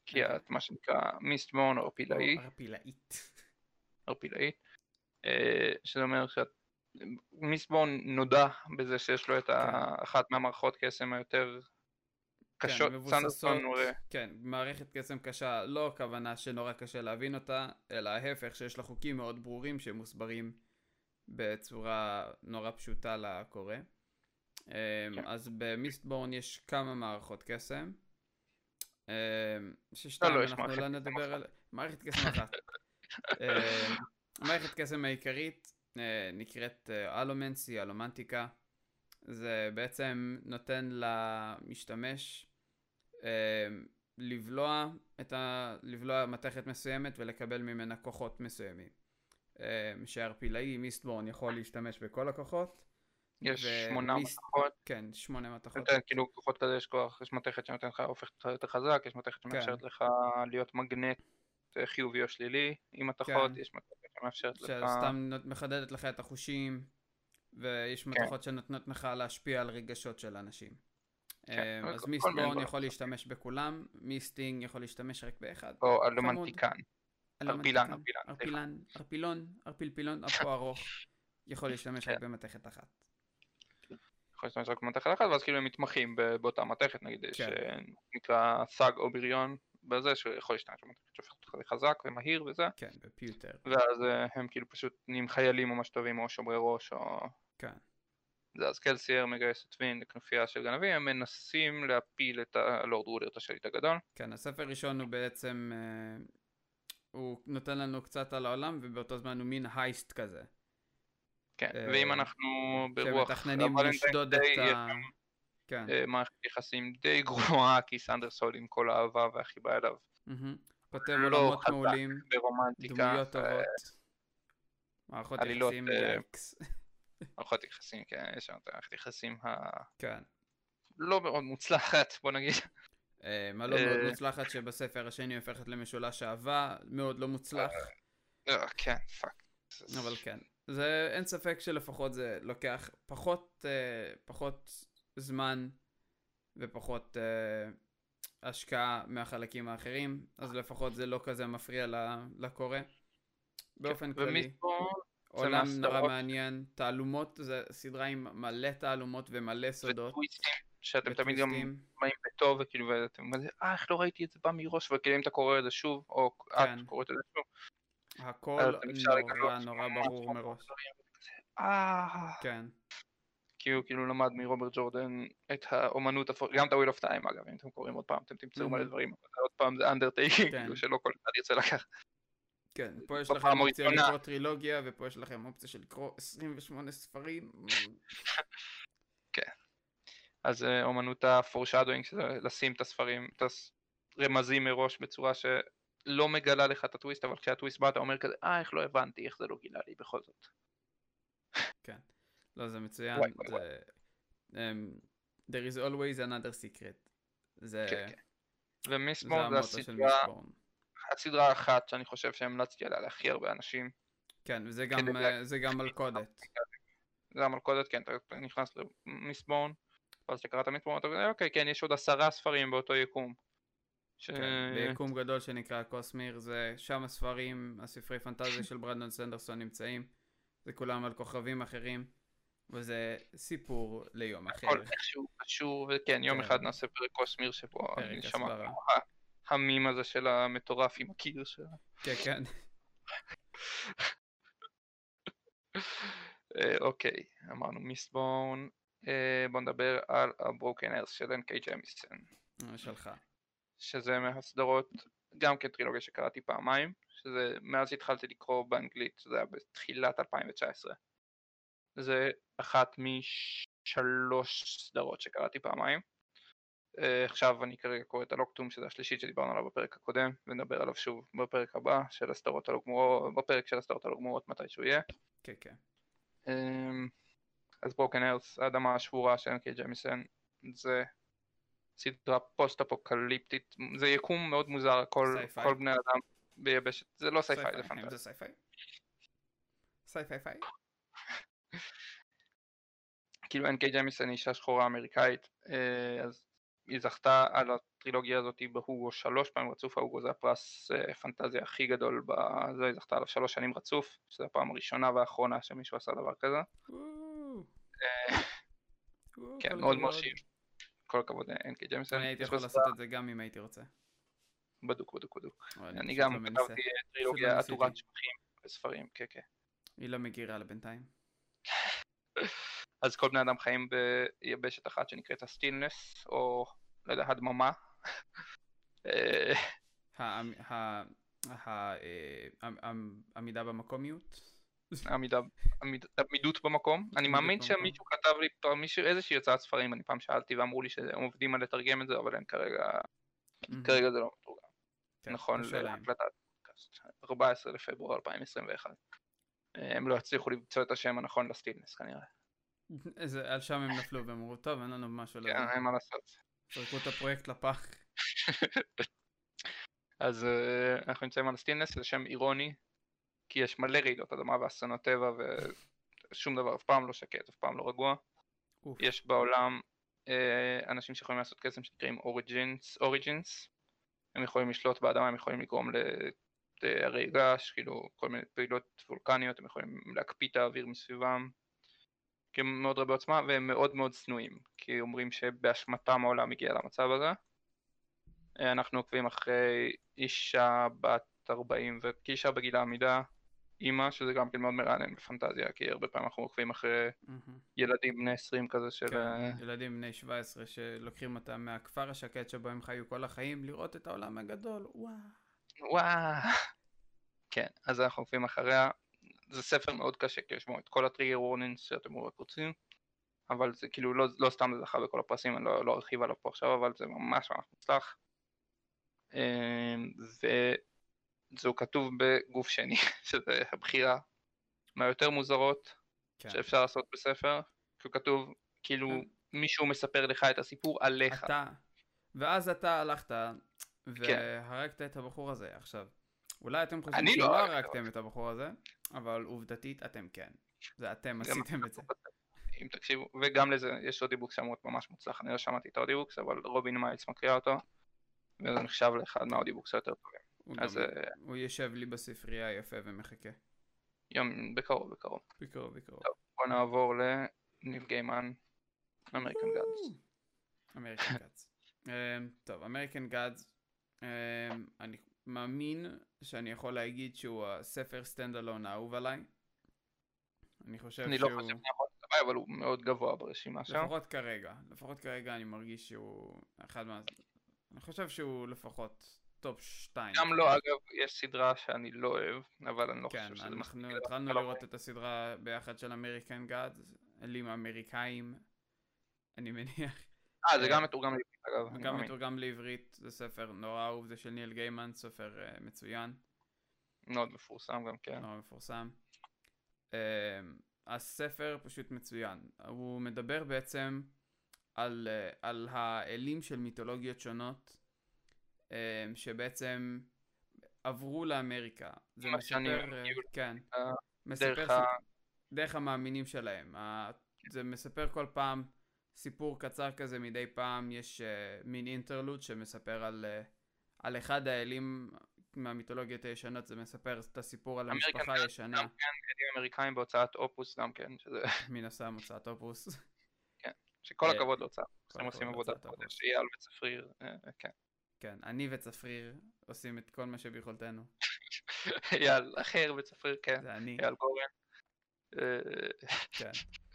כי את מה שנקרא מיסטבורן ערפילאי, ערפילאית. ערפילאית, שזה אומר מיסטבורן נודע בזה שיש לו את אחת מהמערכות קסם היותר קשות, מבוססות, כן, מערכת קסם קשה, לא הכוונה שנורא קשה להבין אותה, אלא ההפך, שיש לה חוקים מאוד ברורים שמוסברים בצורה נורא פשוטה לקורא. אז במיסטבורן יש כמה מערכות קסם, ששתיים אנחנו לא נדבר על... מערכת קסם אחת. המערכת קסם העיקרית נקראת אלומנסי, אלומנטיקה. זה בעצם נותן למשתמש לבלוע מתכת מסוימת ולקבל ממנה כוחות מסוימים. שערפילאי, מיסטבורן, יכול להשתמש בכל הכוחות. יש 8 מתכות. כן, 8 מתכות. כאילו כוחות כזה יש כוח, יש מתכת שנותן לך הופך יותר חזק, יש מתכת שמאפשרת לך להיות מגנט חיובי או שלילי עם מתכות, יש מתכת שמאפשרת לך... שסתם מחדדת לך את החושים, ויש מתכות שנותנות לך להשפיע על רגשות של אנשים. אז מיסטבורן יכול להשתמש בכולם, מיסטינג יכול להשתמש רק באחד. או אלומנטיקן. ערפילפילון, אפו ארוך, יכול להשתמש רק במתכת אחת. יכול להשתמש רק במתכת אחת, ואז כאילו הם מתמחים באותה מתכת, נגיד שנקרא סאג או בריון, בזה שיכול להשתמש במתכת שהופך אותך חזק ומהיר וזה. כן, בפיוטר. ואז הם כאילו פשוט נהיים חיילים ממש טובים, או שומרי ראש, או... כן. אז קלסייר מגייס את וין לכנופיה של גנבים, הם מנסים להפיל את הלורד רולר, את השליט הגדול. כן, הספר הראשון הוא בעצם, הוא נותן לנו קצת על העולם, ובאותו זמן הוא מין הייסט כזה. כן, ואם אנחנו ברוח שמתכננים לשדוד את ה... מערכת יחסים די גרועה, כי סנדרסון עם כל האהבה והחיבה אליו. כותב עולמות מעולים, ברומנטיקה, דמויות טובות, מערכות יחסים יקס. מערכות יחסים, כן, יש שם את מערכת יחסים לא מאוד מוצלחת, בוא נגיד. מה לא מאוד מוצלחת שבספר השני הופכת למשולש אהבה, מאוד לא מוצלח. כן, פאק. אבל כן, אין ספק שלפחות זה לוקח פחות זמן ופחות השקעה מהחלקים האחרים, אז לפחות זה לא כזה מפריע לקורא. באופן כללי. עולם נורא מעניין, תעלומות, זה סדרה עם מלא תעלומות ומלא סודות. וטוויסטים, שאתם תמיד גם באים בטוב, וכאילו, ואתם אומרים, איך לא ראיתי את זה בא מראש, וכאילו אם אתה קורא את זה שוב, או את קוראת את זה שוב. הכל נורא ברור מראש. כן. כי הוא כאילו למד מרוברט ג'ורדן את האומנות, גם את הוויל אוף טיים אגב, אם אתם קוראים עוד פעם, אתם תמצאו מלא דברים, עוד פעם זה אנדרטייקינג, שלא כל אחד ירצה לקחת. כן, פה יש לכם אופציה לקרוא טרילוגיה, ופה יש לכם אופציה של לקרוא 28 ספרים. כן. אז אומנות הפורשדוינג, שזה לשים את הספרים, את הרמזים מראש בצורה שלא מגלה לך את הטוויסט, אבל כשהטוויסט בא אתה אומר כזה, איך לא הבנתי, איך זה לא גילה לי בכל זאת. כן. לא, זה מצוין. There is always another secret. כן. ומיסטבורן זה הסדרה אחת שאני חושב שהמלצתי עליה להכי הרבה אנשים. כן, וזה גם מלכודת. זה המלכודת, כן, אתה נכנס למיסטבורן, ואז אתה קראת מיסטבורן, אתה אומר, אוקיי, כן, יש עוד 10 ספרים באותו יקום. ביקום גדול שנקרא קוסמיר, זה שם הספרי פנטזיה של ברנדון סנדרסון נמצאים, זה כולם על כוכבים אחרים, וזה סיפור ליום אחר. הכל איכשהו קשור, וכן, יום אחד נעשה פרק קוסמיר שבו אני שמע המים הזה של המטורף עם הקיר שלה. כן, כן. אוקיי, אמרנו מיסטבורן, בוא נדבר על הברוקן ארת' של אן.קיי ג'מיסון. שלך. שזה מהסדרות, גם כטרילוגיה שקראתי פעמיים, שזה מאז התחלתי לקרוא באנגלית, זה היה בתחילת 2019. זה אחת משלוש סדרות שקראתי פעמיים. עכשיו אני כרגע קורא את הלוקטום, שזה השלישית שדיברנו עליו בפרק הקודם, ונדבר עליו שוב בפרק הבא, של הסדרות הלא גמורות, בפרק של הסדרות הלא גמורות מתי שהוא יהיה. כן, כן. אז ברוקן ארת', האדמה השבורה של אן.קיי ג'מיסון, זה סדרה פוסט-אפוקליפטית, זה יקום מאוד מוזר, כל בני אדם ביבשת, זה לא סייפיי, זה פנטזיה. זה סייפיי? סייפיי? כאילו אן.קיי ג'מיסון היא אישה שחורה אמריקאית, אז היא זכתה על הטרילוגיה הזאת בהוגו 3 פעמים רצוף, ההוגו זה הפרס פנטזיה הכי גדול בזה, היא זכתה עליו 3 שנים רצוף, שזו הפעם הראשונה והאחרונה שמישהו עשה דבר כזה. כן, מאוד מרשים. כל הכבוד אנקי ג'יימסון. אני הייתי יכול לעשות את זה גם אם הייתי רוצה. בדוק. אני גם כתבתי טרילוגיה עטורת שבחים וספרים, כן. היא לא מגירה לבינתיים. אז כל בני אדם חיים ביבשת אחת שנקראת הסטילנס, או לא יודע, הדממה. העמידה במקומיות? עמידות במקום. אני מאמין שמישהו כתב לי איזושהי הצעת ספרים, אני פעם שאלתי ואמרו לי שהם עובדים על לתרגם את זה, אבל כרגע זה לא מתורגם. נכון להקלטת פודקאסט, 14 לפברואר 2021. הם לא הצליחו למצוא את השם הנכון לסטילנס כנראה. על שם הם נפלו והם אמרו, טוב, אין לנו משהו לזה. כן, אין מה לעשות. זרקו את הפרויקט לפח. אז אנחנו נמצאים על הסטילנס, זה שם אירוני, כי יש מלא רעידות אדמה ואסונות טבע ושום דבר, אף פעם לא שקט, אף פעם לא רגוע. יש בעולם אנשים שיכולים לעשות קסם שנקראים אוריג'ינס, הם יכולים לשלוט באדמה, הם יכולים לגרום להרי געש, כאילו כל מיני פעילות וולקניות, הם יכולים להקפיא את האוויר מסביבם, כי הם מאוד רבי עוצמה והם מאוד מאוד שנואים, כי אומרים שבאשמתם העולם הגיע למצב הזה. אנחנו עוקבים אחרי אישה בת 40 וכאישה בגיל העמידה, אימא, שזה גם כן מאוד מרענן בפנטזיה, כי הרבה פעמים אנחנו עוקבים אחרי ילדים בני 20 כזה של... כן, ילדים בני 17 שלוקחים אותם מהכפר השקט שבו הם חיו כל החיים, לראות את העולם הגדול, וואו. כן, אז אנחנו עוקבים אחריה, זה ספר מאוד קשה, כי יש בו את כל הטריגר וורנינגס שאתם רוצים, אבל זה כאילו לא סתם זה זכה בכל הפרסים, אני לא ארחיב עליו פה עכשיו, אבל זה ממש מוצלח. וזהו כתוב בגוף שני, שזה הבחירה מהיותר מוזרות שאפשר לעשות בספר, שהוא כתוב כאילו מישהו מספר לך את הסיפור עליך. ואז אתה הלכת והרגת את הבחור הזה. עכשיו, אולי אתם חושבים שלא הרגתם את הבחור הזה, אבל עובדתית אתם כן. זה אתם עשיתם את זה. אם תקשיבו, וגם לזה יש אודיובוק שאמרות ממש מוצלח, אני לא שמעתי את האודיובוקס, אבל רובין מיילס מקריאה אותו, וזה נחשב לאחד מהאודיובוקס היותר טובים. הוא יושב לי בספרייה יפה ומחכה. בקרוב. טוב, בוא נעבור לניב גיימן, אמריקן גאדס. טוב, אמריקן גאדס, אני מאמין שאני יכול להגיד שהוא הספר סטנדלון האהוב עליי. אני חושב שהוא... אני לא חושב נכון, אבל הוא מאוד גבוה ברשימה שם. לפחות כרגע אני מרגיש שהוא אחד מה... אני חושב שהוא לפחות טופ 2. גם לא, אגב, יש סדרה שאני לא אוהב, אבל אני לא חושב שזה מספיק. כן, אנחנו התחלנו לראות את הסדרה ביחד של אמריקן גאדס, אלים אמריקאים, אני מניח. זה גם מתורגם לעברית, אגב. גם מתורגם לעברית, זה ספר נורא אהוב, זה של ניל גיימן, ספר מצוין. מאוד מפורסם גם, כן. נורא מפורסם. הספר פשוט מצוין. הוא מדבר בעצם על האלים של מיתולוגיות שונות, שבעצם עברו לאמריקה. זה מספר, דרך המאמינים שלהם. זה מספר כל פעם סיפור קצר כזה, מדי פעם יש מין אינטרלוד שמספר על אחד האלים מהמיתולוגיות הישנות, זה מספר את הסיפור על המשפחה הישנה. גם כן, אלים אמריקאים בהוצאת אופוס גם כן. מן הסתם הוצאת אופוס. כן, שכל הכבוד להוצאה. הם עושים עבודת קודש, אייל וצפריר, כן. כן, אני וצפריר עושים את כל מה שביכולתנו. אייל אחר וצפריר, כן. זה אני. אייל גורן. כן.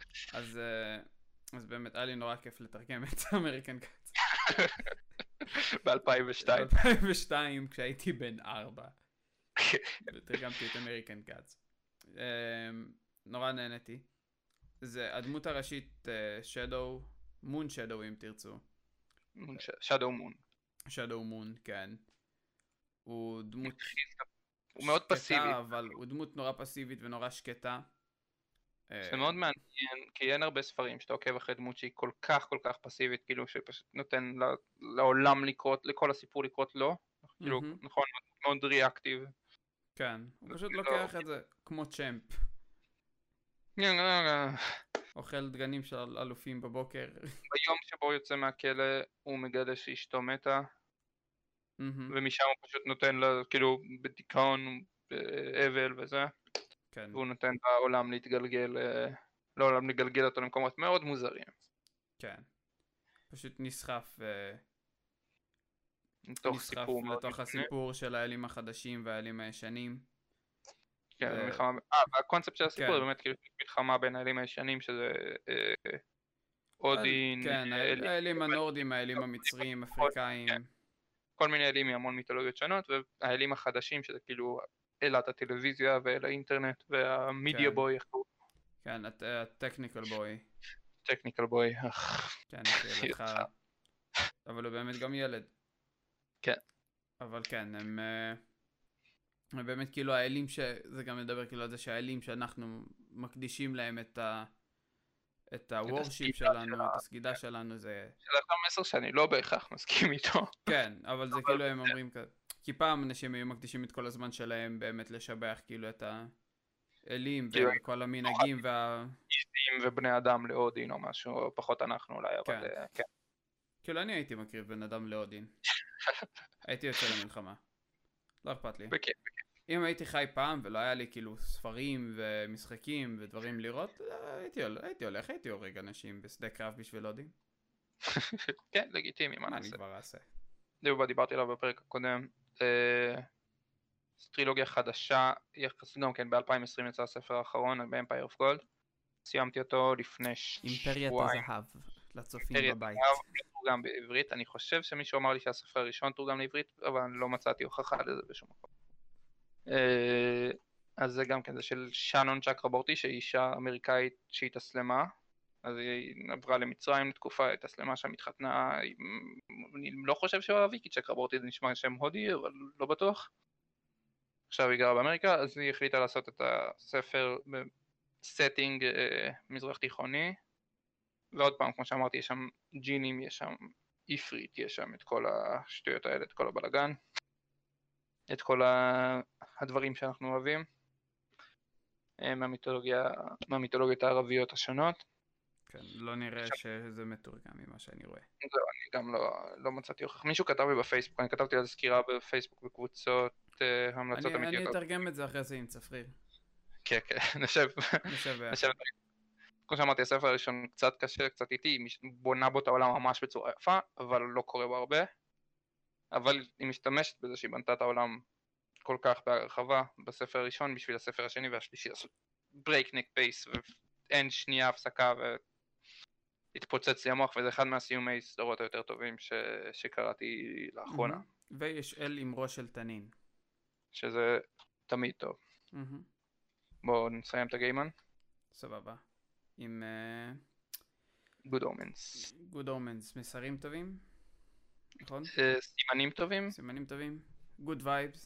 אז באמת היה לי נורא כיף לתרגם את אמריקן גאדס. ב-2002. ב-2002, כשהייתי בן 4. ותרגמתי את אמריקן גאדס. נורא נהניתי. זה הדמות הראשית שדו, מון שדו אם תרצו. שדו מון. שדו מון, כן. הוא דמות... הוא מאוד פסיבי. אבל הוא דמות נורא פסיבית ונורא שקטה. זה מאוד מעניין, כי אין הרבה ספרים שאתה עוקב אחרי דמות שהיא כל כך פסיבית, כאילו שפשוט נותן לעולם לקרות, לכל הסיפור לקרות לו. כאילו, נכון, מאוד ריאקטיב. כן, הוא פשוט לוקח את זה כמו צ'מפ. אוכל דגנים של אלופים בבוקר. ביום הבחור יוצא מהכלא, הוא מגלה שאשתו מתה, ומשם הוא פשוט נותן לה, כאילו, בדיכאון, באבל וזה, כן, והוא נותן לעולם להתגלגל, לעולם לגלגל אותו למקומות מאוד מוזרים. כן. פשוט נסחף מתוך סיפור מאוד לתוך הסיפור של האלים החדשים והאלים הישנים. כן, מלחמה, והקונספט של הסיפור כן. זה באמת כאילו מלחמה בין האלים הישנים שזה אודין, כן, האלים הנורדים, האלים המצריים, אפריקאים. כל מיני אלים מהמון מיתולוגיות שונות, והאלים החדשים שזה כאילו אלת הטלוויזיה ואל האינטרנט והמידיה בוי, איך קוראים? כן, הטכניקל בוי. טכניקל בוי. כן, שאלתך. אבל הוא באמת גם ילד. כן. אבל כן, הם באמת כאילו האלים זה גם מדבר כאילו על זה שהאלים שאנחנו מקדישים להם את הוורשיפ שלנו, את הסגידה שלנו, זה... שלאחר 10 שאני לא בהכרח מסכים איתו. כן, אבל זה כאילו הם אומרים כזה, כי פעם אנשים היו מקדישים את כל הזמן שלהם באמת לשבח כאילו את האלים וכל המנהגים איסים ובני אדם לאודין או משהו, פחות אנחנו אולי, אבל כן. כאילו אני הייתי מקריב בן אדם לאודין. הייתי יוצא למלחמה. לא אכפת לי. אם הייתי חי פעם ולא היה לי כאילו ספרים ומשחקים ודברים לראות, הייתי הורג אנשים בשדה קרב בשביל אודין. כן, לגיטימי, מה אני נעשה? כבר אעשה. דיברתי עליו בפרק הקודם. טרילוגיה חדשה, גם כן ב-2020 יצא הספר האחרון, ב-Empire of Gold. סיימתי אותו לפני אימפריית הזהב, לצופים בבית. תורגם בעברית, אני חושב שמישהו אמר לי שהספר הראשון תורגם לעברית, אבל אני לא מצאתי הוכחה לזה בשום מקום. אז זה גם כן, זה של שאנון צ'קרבורטי, שהיא אישה אמריקאית שהתאסלמה, אז היא עברה למצרים לתקופה, התאסלמה שם, התחתנה, אני לא חושב שהוא אהבי, כי צ'קרבורטי זה נשמע שם הודי, אבל לא בטוח. עכשיו היא גרה באמריקה, אז היא החליטה לעשות את הספר בסטינג מזרח תיכוני, ועוד פעם, כמו שאמרתי, יש שם ג'ינים, יש שם איפרית, יש שם את כל השטויות האלה, את כל הבלגן, את כל הדברים שאנחנו אוהבים, מהמיתולוגיות הערביות השונות. כן, לא נראה שזה מתורגם ממה שאני רואה. זהו, אני גם לא מצאתי הוכח. מישהו כתב לי בפייסבוק, אני כתבתי על זה סקירה בפייסבוק בקבוצות המלצות אמיתיות. אני אתרגם את זה אחרי זה עם צפריר. כן, נשב. כמו שאמרתי, הספר הראשון קצת קשה, קצת איטי, היא בונה בו את העולם ממש בצורה יפה, אבל לא קורה בו הרבה. אבל היא משתמשת בזה שהיא בנתה את העולם כל כך בהרחבה בספר הראשון, בשביל הספר השני והשלישי לעשות ברייקנק פייס, ואין שנייה הפסקה והתפוצץ לי המוח, וזה אחד מהסיומי סדרות היותר טובים שקראתי לאחרונה. ויש אל עם ראש של תנין. שזה תמיד טוב. בואו נסיים את הגיימן. סבבה. עם Good Omens. Good Omens, מסרים טובים? נכון? סימנים טובים? סימנים טובים. Good vibes.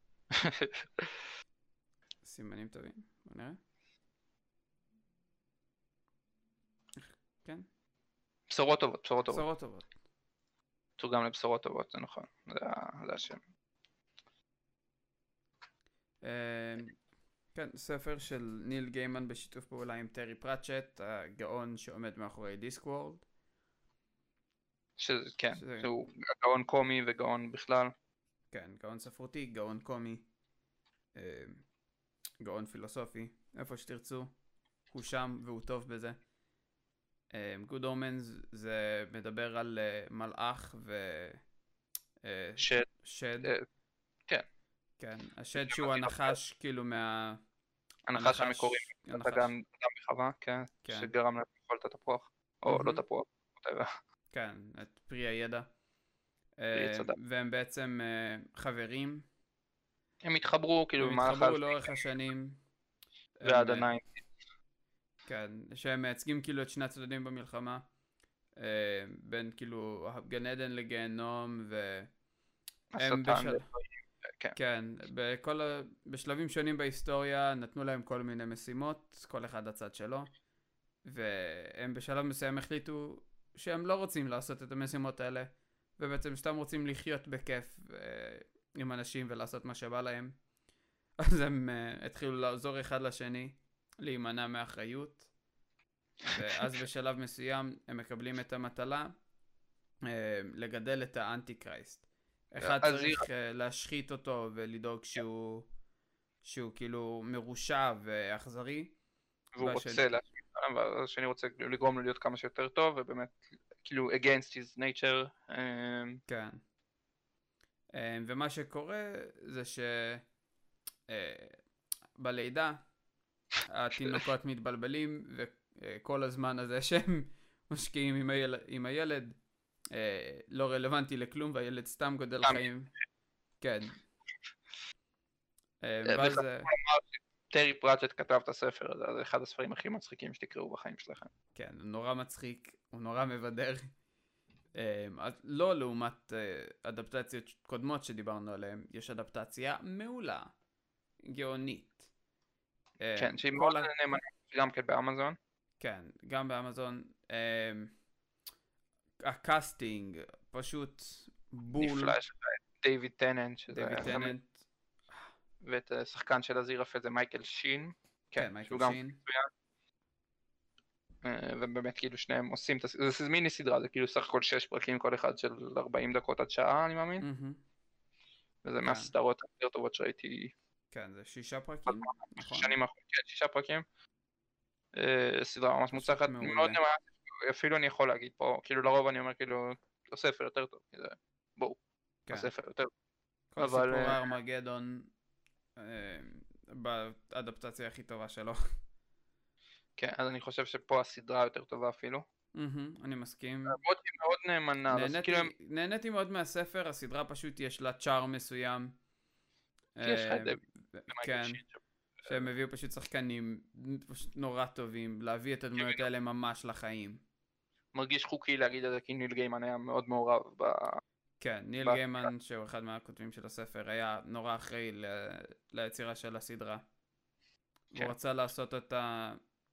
סימנים טובים. בוא נראה. כן? בשורות טובות, בשורות טובות. בשורות טובות. תורגם לבשורות טובות, זה נכון. זה השם. כן, ספר של ניל גיימן בשיתוף פעולה עם טרי פרצ'ט, הגאון שעומד מאחורי דיסקוורד. כן, שהוא גאון קומי וגאון בכלל. כן, גאון ספרותי, גאון קומי, גאון פילוסופי, איפה שתרצו, הוא שם והוא טוב בזה. Good Omens זה מדבר על מלאך שד. כן. כן, השד שהוא הנחש כאילו הנחש המקורי, גם בחווה, כן, שגרם לה לאכול את התפוח, או לא תפוח, כן, את פרי הידע. והם בעצם חברים. הם התחברו כאילו במהלך... הם התחברו לאורך השנים. ועד הניין. כן, שהם מייצגים כאילו את שני הצדדים במלחמה. בין כאילו גן עדן לגיהנום השטן. כן, בשלבים שונים בהיסטוריה נתנו להם כל מיני משימות, כל אחד הצד שלו. והם בשלב מסוים החליטו שהם לא רוצים לעשות את המשימות האלה. ובעצם סתם רוצים לחיות בכיף עם אנשים ולעשות מה שבא להם. אז הם התחילו לעזור אחד לשני, להימנע מאחריות. ואז בשלב מסוים הם מקבלים את המטלה לגדל את האנטי קרייסט. אחד צריך להשחית אותו ולדאוג שהוא כאילו מרושע ואכזרי. והוא רוצה להשחית, והשני רוצה לגרום לו להיות כמה שיותר טוב, ובאמת כאילו against his nature. כן. ומה שקורה זה בלידה התינוקות מתבלבלים, וכל הזמן הזה שהם משקיעים עם הילד לא רלוונטי לכלום, והילד סתם גודל חיים. כן. ואז... טרי פראצ'ט כתב את הספר הזה, זה אחד הספרים הכי מצחיקים שתקראו בחיים שלכם. כן, הוא נורא מצחיק, הוא נורא מבדר. לא לעומת אדפטציות קודמות שדיברנו עליהן, יש אדפטציה מעולה, גאונית. כן, שהיא מאוד נאמנה גם כן באמזון. כן, גם באמזון. הקאסטינג פשוט בול. נפלא, דיוויד טננט. דיוויד טננט. ואת השחקן של הזירפה זה מייקל שין. כן, מייקל שין. ובאמת כאילו שניהם עושים את זה מיני סדרה, זה כאילו סך הכל 6 פרקים כל אחד של 40 דקות עד שעה אני מאמין. וזה מהסדרות יותר טובות שראיתי. כן, זה 6 פרקים, נכון? שנים אחרות, כן, 6 פרקים. סדרה ממש מוצלחת, מאוד נאמנה, אפילו אני יכול להגיד פה, כאילו לרוב אני אומר כאילו, הספר יותר טוב, בואו, הספר יותר טוב. כל סיפור הארמגדון באדפטציה הכי טובה שלו. כן, אז אני חושב שפה הסדרה יותר טובה אפילו. אני מסכים. למרות שהיא מאוד נאמנה. נהניתי מאוד מהספר, הסדרה פשוט יש לה צ'אר מסוים. יש לך את זה. כן, שהם הביאו פשוט שחקנים פשוט נורא טובים, להביא את הדמויות האלה ממש לחיים. מרגיש חוקי להגיד את זה, כי ניל גיימן היה מאוד מעורב כן, ניל גיימן, שהוא אחד מהכותבים של הספר, היה נורא אחראי ליצירה של הסדרה. הוא רצה לעשות אותה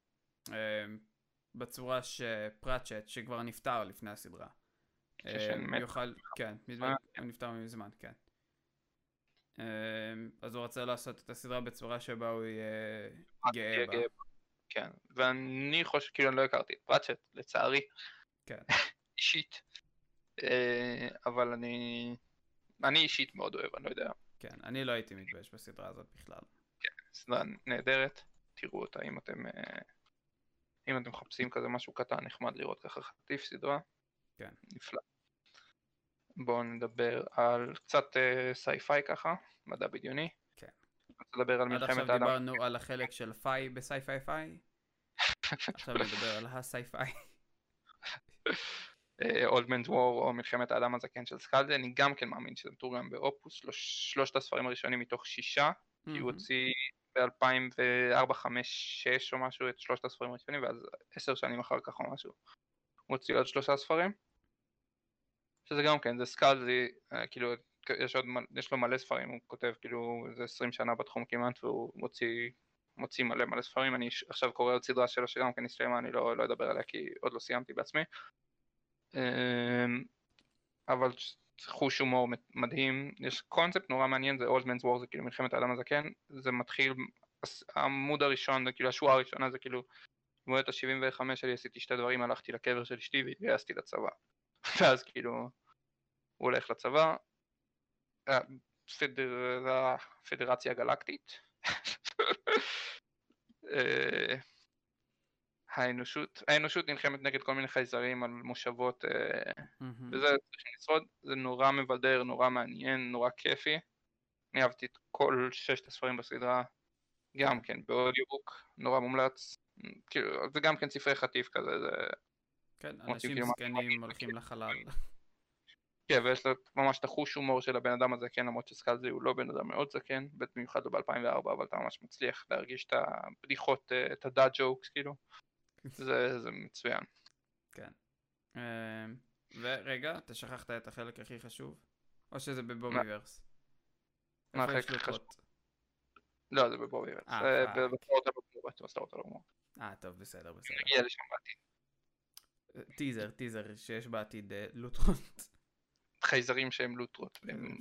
בצורה שפראצ'ט, שכבר נפטר לפני הסדרה. יוכל, כן, הוא נפטר מזמן, כן. אז הוא רצה לעשות את הסדרה בצורה שבה הוא יהיה גאה בה. כן, ואני חושב, כאילו אני לא הכרתי את פראצ'ט, לצערי. כן. אישית. אבל אני אישית מאוד אוהב, אני לא יודע. כן, אני לא הייתי מתבייש בסדרה הזאת בכלל. כן, סדרה נהדרת, תראו אותה אם אתם מחפשים כזה משהו קטן, נחמד לראות ככה חטיף סדרה. כן. נפלא. בואו נדבר על קצת סי-פיי ככה, מדע בדיוני. כן. נדבר על מלחמת האדם. עד עכשיו דיברנו על החלק של פיי בסי-פיי. עכשיו נדבר על הסי-פיי. Old Man's War או מלחמת האדם הזקן של סקלדי, אני גם כן מאמין שזה מתורגם באופוס, 3 הספרים הראשונים מתוך 6, כי הוא הוציא ב-2004, 5, 6 או משהו את 3 הספרים הראשונים, ואז 10 שנים אחר כך או משהו, הוא הוציא עוד 3 ספרים, שזה גם כן, זה סקלדי, כאילו יש לו מלא ספרים, הוא כותב כאילו זה 20 שנה בתחום כמעט, והוא מוציא מלא ספרים, אני עכשיו קורא עוד סדרה שלו שגם כן הסתיימה, אני לא אדבר עליה כי עוד לא סיימתי בעצמי. אבל חוש הומור מדהים, יש קונספט נורא מעניין, זה Old Man's War, זה כאילו מלחמת האדם הזקן, זה מתחיל, העמוד הראשון, זה כאילו השורה הראשונה, זה כאילו, במועד ה-75 שלי עשיתי 2 דברים, הלכתי לקבר של אשתי והתגייסתי לצבא, ואז כאילו, הוא הולך לצבא, הפדרציה הגלקטית, האנושות נלחמת נגד כל מיני חייזרים על מושבות, וזה צריכים לשרוד, זה נורא מבדר, נורא מעניין, נורא כיפי. אני אהבתי את כל 6 הספרים בסדרה, גם כן באודיובוק, נורא מומלץ, זה גם כן ספרי חטיף כזה, כן, אנשים זקנים הולכים לחלל. כן, ויש לו ממש את החוש הומור של הבן אדם הזה, כן, למרות שסקלדי הוא לא בן אדם מאוד זקן, במיוחד לא ב-2004, אבל אתה ממש מצליח להרגיש את הבדיחות, את הדאד ג'וקס, כאילו. זה מצוין. כן. ורגע, אתה שכחת את החלק הכי חשוב? או שזה בבוביברס? מה החלק הכי חשוב? לא, זה בבוביברס. בסדרות הלאומות. טוב, בסדר. נגיע לשם בעתיד. טיזר שיש בעתיד לוטרות. חייזרים שהם לוטרות, והם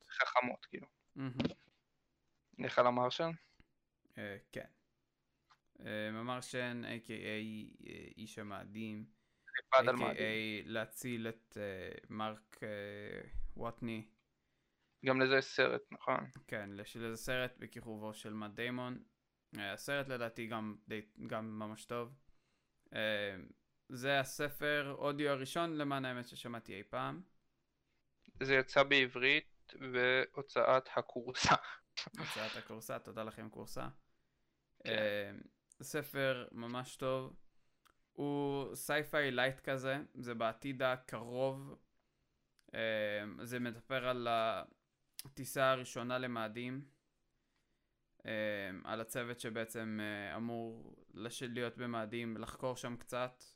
חכמות, כאילו. לך על המרשל? כן. ממר שן, a.k.a. איש המאדים, לבד על מאדים. a.k.a. להציל את מרק ווטני. גם לזה יש סרט, נכון? כן, לזה סרט בכיכובו של מאט דיימון. הסרט לדעתי גם ממש טוב. זה הספר אודיו הראשון למען האמת ששמעתי אי פעם. זה יצא בעברית והוצאת הקורסה. הוצאת הקורסה, תודה לכם קורסה. כן. ספר ממש טוב. הוא סייפיי לייט כזה, זה בעתיד הקרוב. זה מדבר על הטיסה הראשונה למאדים. על הצוות שבעצם אמור להיות במאדים, לחקור שם קצת.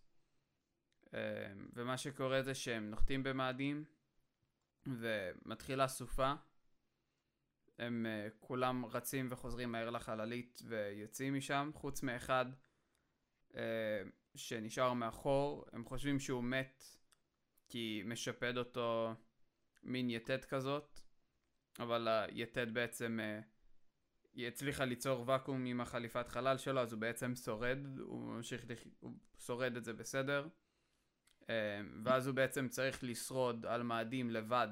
ומה שקורה זה שהם נוחתים במאדים ומתחילה סופה. הם כולם רצים וחוזרים מהר לחללית ויוצאים משם, חוץ מאחד שנשאר מאחור. הם חושבים שהוא מת כי משפד אותו מין יתד כזאת, אבל היתד בעצם היא הצליחה ליצור וקום עם החליפת חלל שלו, אז הוא בעצם שורד, הוא שורד את זה בסדר, ואז הוא בעצם צריך לשרוד על מאדים לבד,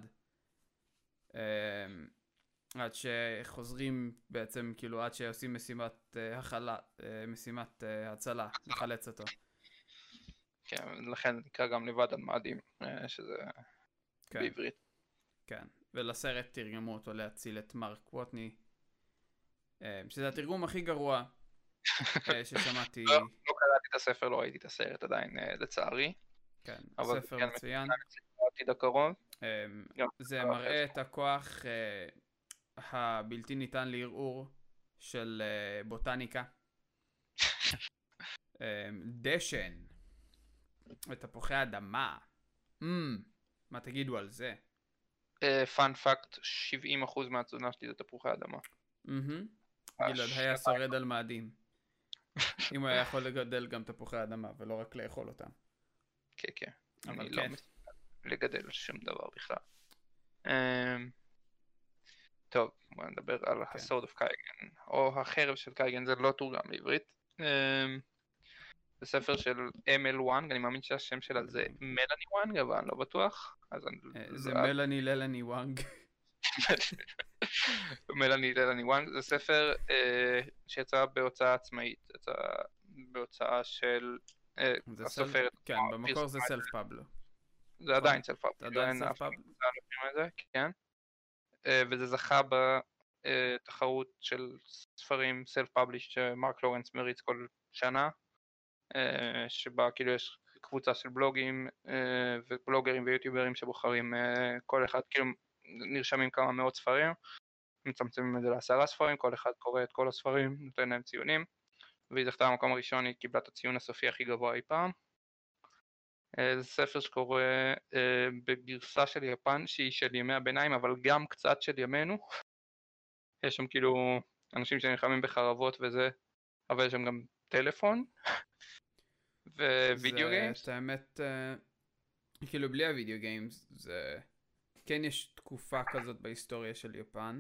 עד שחוזרים בעצם, כאילו עד שעושים משימת הצלה, לחלץ אותו. כן, לכן נקרא גם לבד על מאדים, שזה כן. בעברית. כן, ולסרט תרגמו אותו להציל את מרק ווטני, שזה התרגום הכי גרוע ששמעתי. לא קראתי את הספר, לא ראיתי את הסרט עדיין, לצערי. כן, אבל ספר כן, מצוין. בעתיד הקרוב. זה מראה את הכוח הבלתי ניתן לערעור של בוטניקה. דשן ותפוחי אדמה. מה תגידו על זה? פאנ פאקט, 70% מהתזונה שלי זה תפוחי אדמה. גלעד היה שורד על מאדים. אם הוא היה יכול לגדל גם תפוחי אדמה ולא רק לאכול אותם. כן, כן. אבל אני כן. לא מסוגל לגדל שום דבר בכלל. טוב, בוא נדבר על הסורד אוף קייגן, או החרב של קייגן, זה לא תורגם לעברית. זה ספר של אמל וואנג, אני מאמין שהשם שלה זה מלאני וואנג, אבל אני לא בטוח. זה מלאני ללני וואנג. מלאני ללני וואנג, זה ספר שיצא בהוצאה עצמאית, יצא בהוצאה של הסופרת. כן, במקור זה סלף פאבלו. זה עדיין סלף פאבלו. עדיין סלף פאבלו. כן. וזה זכה בתחרות של ספרים סלף פאבליש שמרק לורנס מריץ כל שנה, שבה כאילו יש קבוצה של בלוגים ובלוגרים ויוטיוברים שבוחרים כל אחד, כאילו נרשמים כמה מאות ספרים, מצמצמים את זה ל10 ספרים, כל אחד קורא את כל הספרים, נותן להם ציונים, והיא זכתה במקום הראשון, היא קיבלה את הציון הסופי הכי גבוה אי פעם. זה ספר שקורא בגרסה של יפן שהיא של ימי הביניים, אבל גם קצת של ימינו. יש שם כאילו אנשים שנלחמים בחרבות וזה, אבל יש שם גם טלפון ווידאו גיימס. זה האמת, כאילו בלי הוידאו גיימס, זה כן יש תקופה כזאת בהיסטוריה של יפן,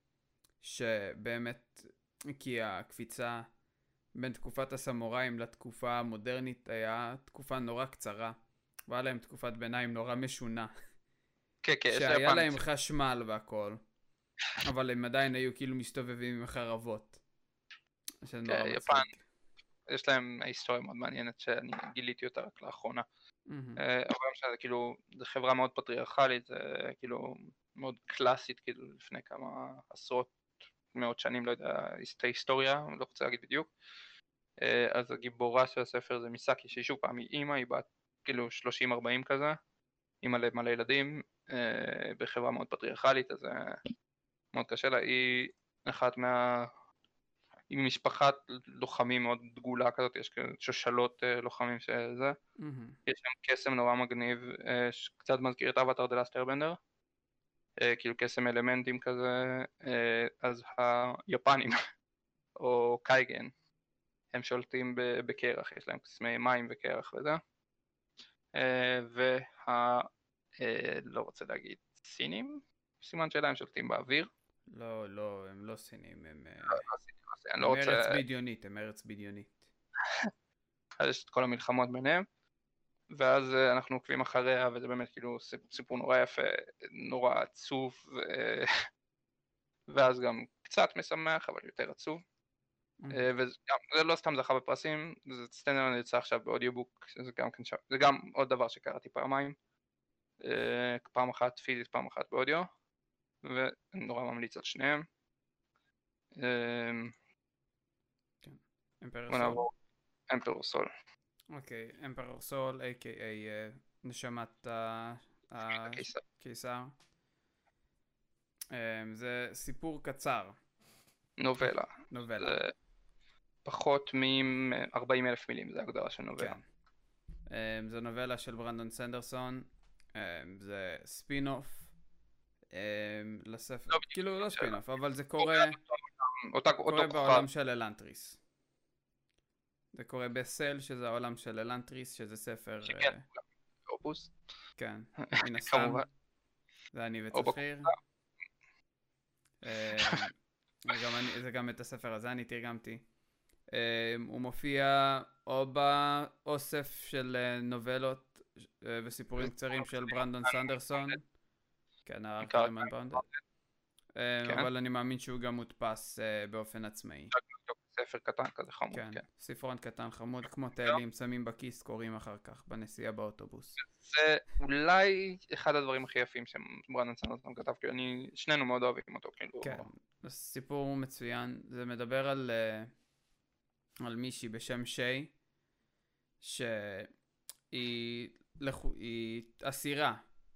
שבאמת, כי הקפיצה בין תקופת הסמוראים לתקופה המודרנית היה תקופה נורא קצרה, והיה להם תקופת ביניים נורא משונה. כן, כן, שהיה להם חשמל והכל, אבל הם עדיין היו כאילו מסתובבים עם חרבות. כן, יפן, יש להם היסטוריה מאוד מעניינת שאני גיליתי אותה רק לאחרונה. אבל שזה כאילו, זו חברה מאוד פטריארכלית, זה כאילו מאוד קלאסית, כאילו לפני כמה עשרות, מאות שנים, לא יודע, היסטוריה, לא רוצה להגיד בדיוק. אז הגיבורה של הספר זה מיסאקי, שהיא שוב פעם היא אימא, היא בת כאילו 30-40 כזה, אימא למלא ילדים, בחברה מאוד פטריארכלית, אז מאוד קשה לה, היא אחת עם משפחת לוחמים מאוד דגולה כזאת, יש שושלות לוחמים שזה, יש שם קסם נורא מגניב, שקצת מזכיר את אבטאר דה לאסט איירבנדר, כאילו קסם אלמנטים כזה, אז היפנים, או קייגן, הם שולטים בקרח, יש להם קסמי מים וקרח וזה, לא רוצה להגיד סינים, סימן שאלה הם שולטים באוויר. לא, הם לא סינים, אני לא הם רוצה, ארץ בדיונית, הם ארץ בדיונית. אז יש את כל המלחמות ביניהם, ואז אנחנו עוקבים אחריה, וזה באמת כאילו סיפור נורא יפה, נורא עצוב, ואז גם קצת משמח, אבל יותר עצוב. וזה לא סתם זכה בפרסים, זה סטנדרט יצא עכשיו באודיובוק, זה גם עוד דבר שקראתי פעמיים, פעם אחת פיזית, פעם אחת באודיו, ואני נורא ממליץ על שניהם. אמפרור בוא סול. נעבור, אמפרור סול. אוקיי, אמפרור סול, a.k.a נשמת הקיסר. זה סיפור קצר. נובלה. נובלה. זה פחות מ-40,000 מילים, זה הגדרה של נובלה. כן. זה נובלה של ברנדון סנדרסון. זה ספין-אוף. לספר, כאילו לא ספין-אוף, אבל זה קורה בעולם של אלנטריס. זה קורה בסל, שזה העולם של אלנטריס, שזה ספר... שכן, אופוס. כן, מן הסתם. זה אני וצפריר. זה גם את הספר הזה אני תרגמתי. הוא מופיע או באוסף של נובלות וסיפורים קצרים של ברנדון סנדרסון. כן, הארקרים אנבאונדד. אבל אני מאמין שהוא גם מודפס באופן עצמאי. ספר קטן כזה חמוד, כן. כן. ספרון קטן חמוד, כמו תהלים, שמים בכיס, קוראים אחר כך, בנסיעה באוטובוס. זה אולי אחד הדברים הכי יפים שברנדון סנדרסון כתב, כי שנינו מאוד אוהבים אותו. כן, זה סיפור מצוין. זה מדבר על מישהי בשם שהיא אסירה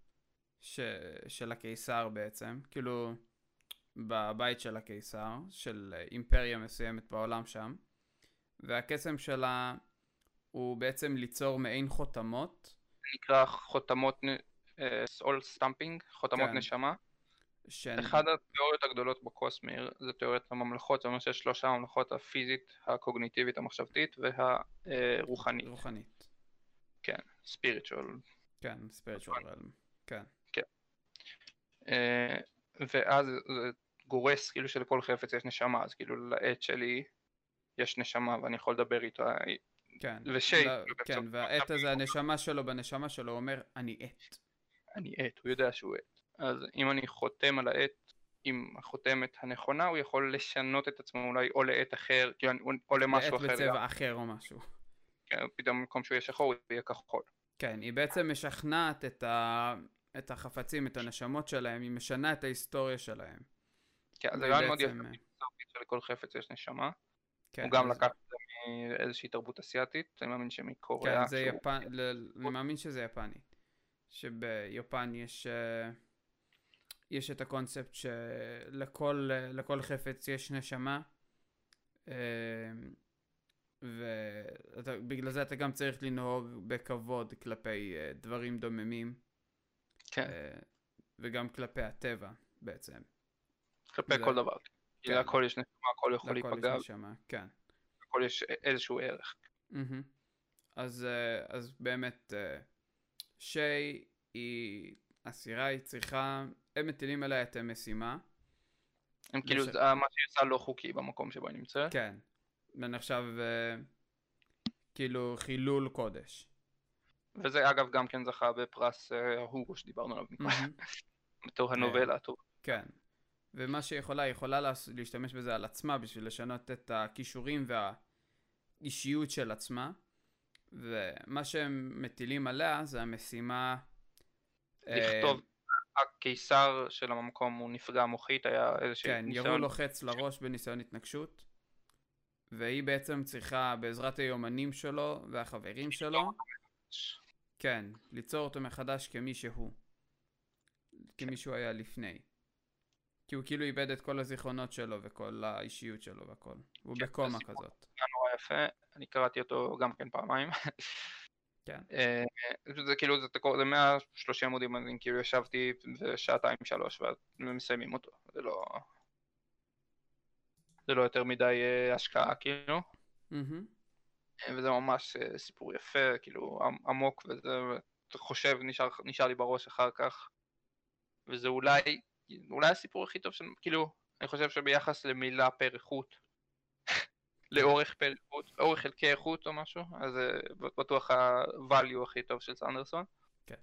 של הקיסר בעצם, כאילו בבית של הקיסר, של אימפריה מסוימת בעולם שם, והקסם שלה הוא בעצם ליצור מעין חותמות. נקרא חותמות soul stamping, חותמות נשמה. אחת התיאוריות הגדולות בקוסמיר זה תיאוריית הממלכות, זאת אומרת שיש 3 ממלכות, הפיזית, הקוגניטיבית, המחשבתית והרוחנית. רוחנית. כן, spiritual. כן, spiritual realm. כן. כן. ואז זה גורס כאילו שלכל חפץ יש נשמה, אז כאילו לעט שלי יש נשמה ואני יכול לדבר איתה. כן, כן, והעט הזה, הנשמה שלו, בנשמה שלו, הוא אומר, אני עט. אני עט, הוא יודע שהוא עט. אז אם אני חותם על העט עם החותמת הנכונה, הוא יכול לשנות את עצמו אולי או לעט אחר, או למשהו אחר. לעט בצבע אחר או משהו. כן, פתאום במקום שהוא יהיה שחור, הוא יהיה כחול. כן, היא בעצם משכנעת את החפצים, את הנשמות שלהם, היא משנה את ההיסטוריה שלהם. כן, זה גם מאוד יפה, שלכל חפץ יש נשמה. הוא גם לקח את זה מאיזושהי תרבות אסיאתית, אני מאמין שמקוריאה. כן, אני מאמין שזה יפנית. שביפן יש את הקונספט שלכל חפץ יש נשמה, ובגלל זה אתה גם צריך לנהוג בכבוד כלפי דברים דוממים. כן. וגם כלפי הטבע בעצם. כלפי כל דבר. כי הכל יש נשמה, הכל יכול להיפגע. כן. הכל יש איזשהו ערך. אז באמת שהיא אסירה, היא צריכה, הם מטילים עליה את המשימה. הם כאילו, מה שהיא עושה לא חוקי במקום שבו היא נמצאת. כן. זה נחשב כאילו חילול קודש. וזה אגב גם כן זכה בפרס הוגו שדיברנו עליו בתור הנובלה הטוב. כן. ומה שהיא יכולה להשתמש בזה על עצמה בשביל לשנות את הכישורים והאישיות של עצמה. ומה שהם מטילים עליה זה המשימה לכתוב, הקיסר של המקום הוא נפגע מוחית, היה איזושהי כן, ירו לוחץ לראש בניסיון התנגשות, והיא בעצם צריכה בעזרת היומנים שלו והחברים שלו, כן, ליצור אותו מחדש כמי שהוא, כמי שהוא היה לפני. כי הוא כאילו איבד את כל הזיכרונות שלו וכל האישיות שלו והכל. הוא בקומה כזאת. זה נורא יפה, אני קראתי אותו גם כן פעמיים. כן. זה כאילו, זה 130 עמודים, אני כאילו ישבתי שעתיים 3 ומסיימים אותו. זה לא יותר מדי השקעה כאילו. וזה ממש סיפור יפה, כאילו עמוק, וזה חושב, נשאר לי בראש אחר כך. וזה אולי הסיפור הכי טוב, כאילו, אני חושב שביחס למילה פר איכות, לאורך פר איכות, אורך חלקי איכות או משהו, אז זה בטוח ה-value הכי טוב של סנדרסון. כן.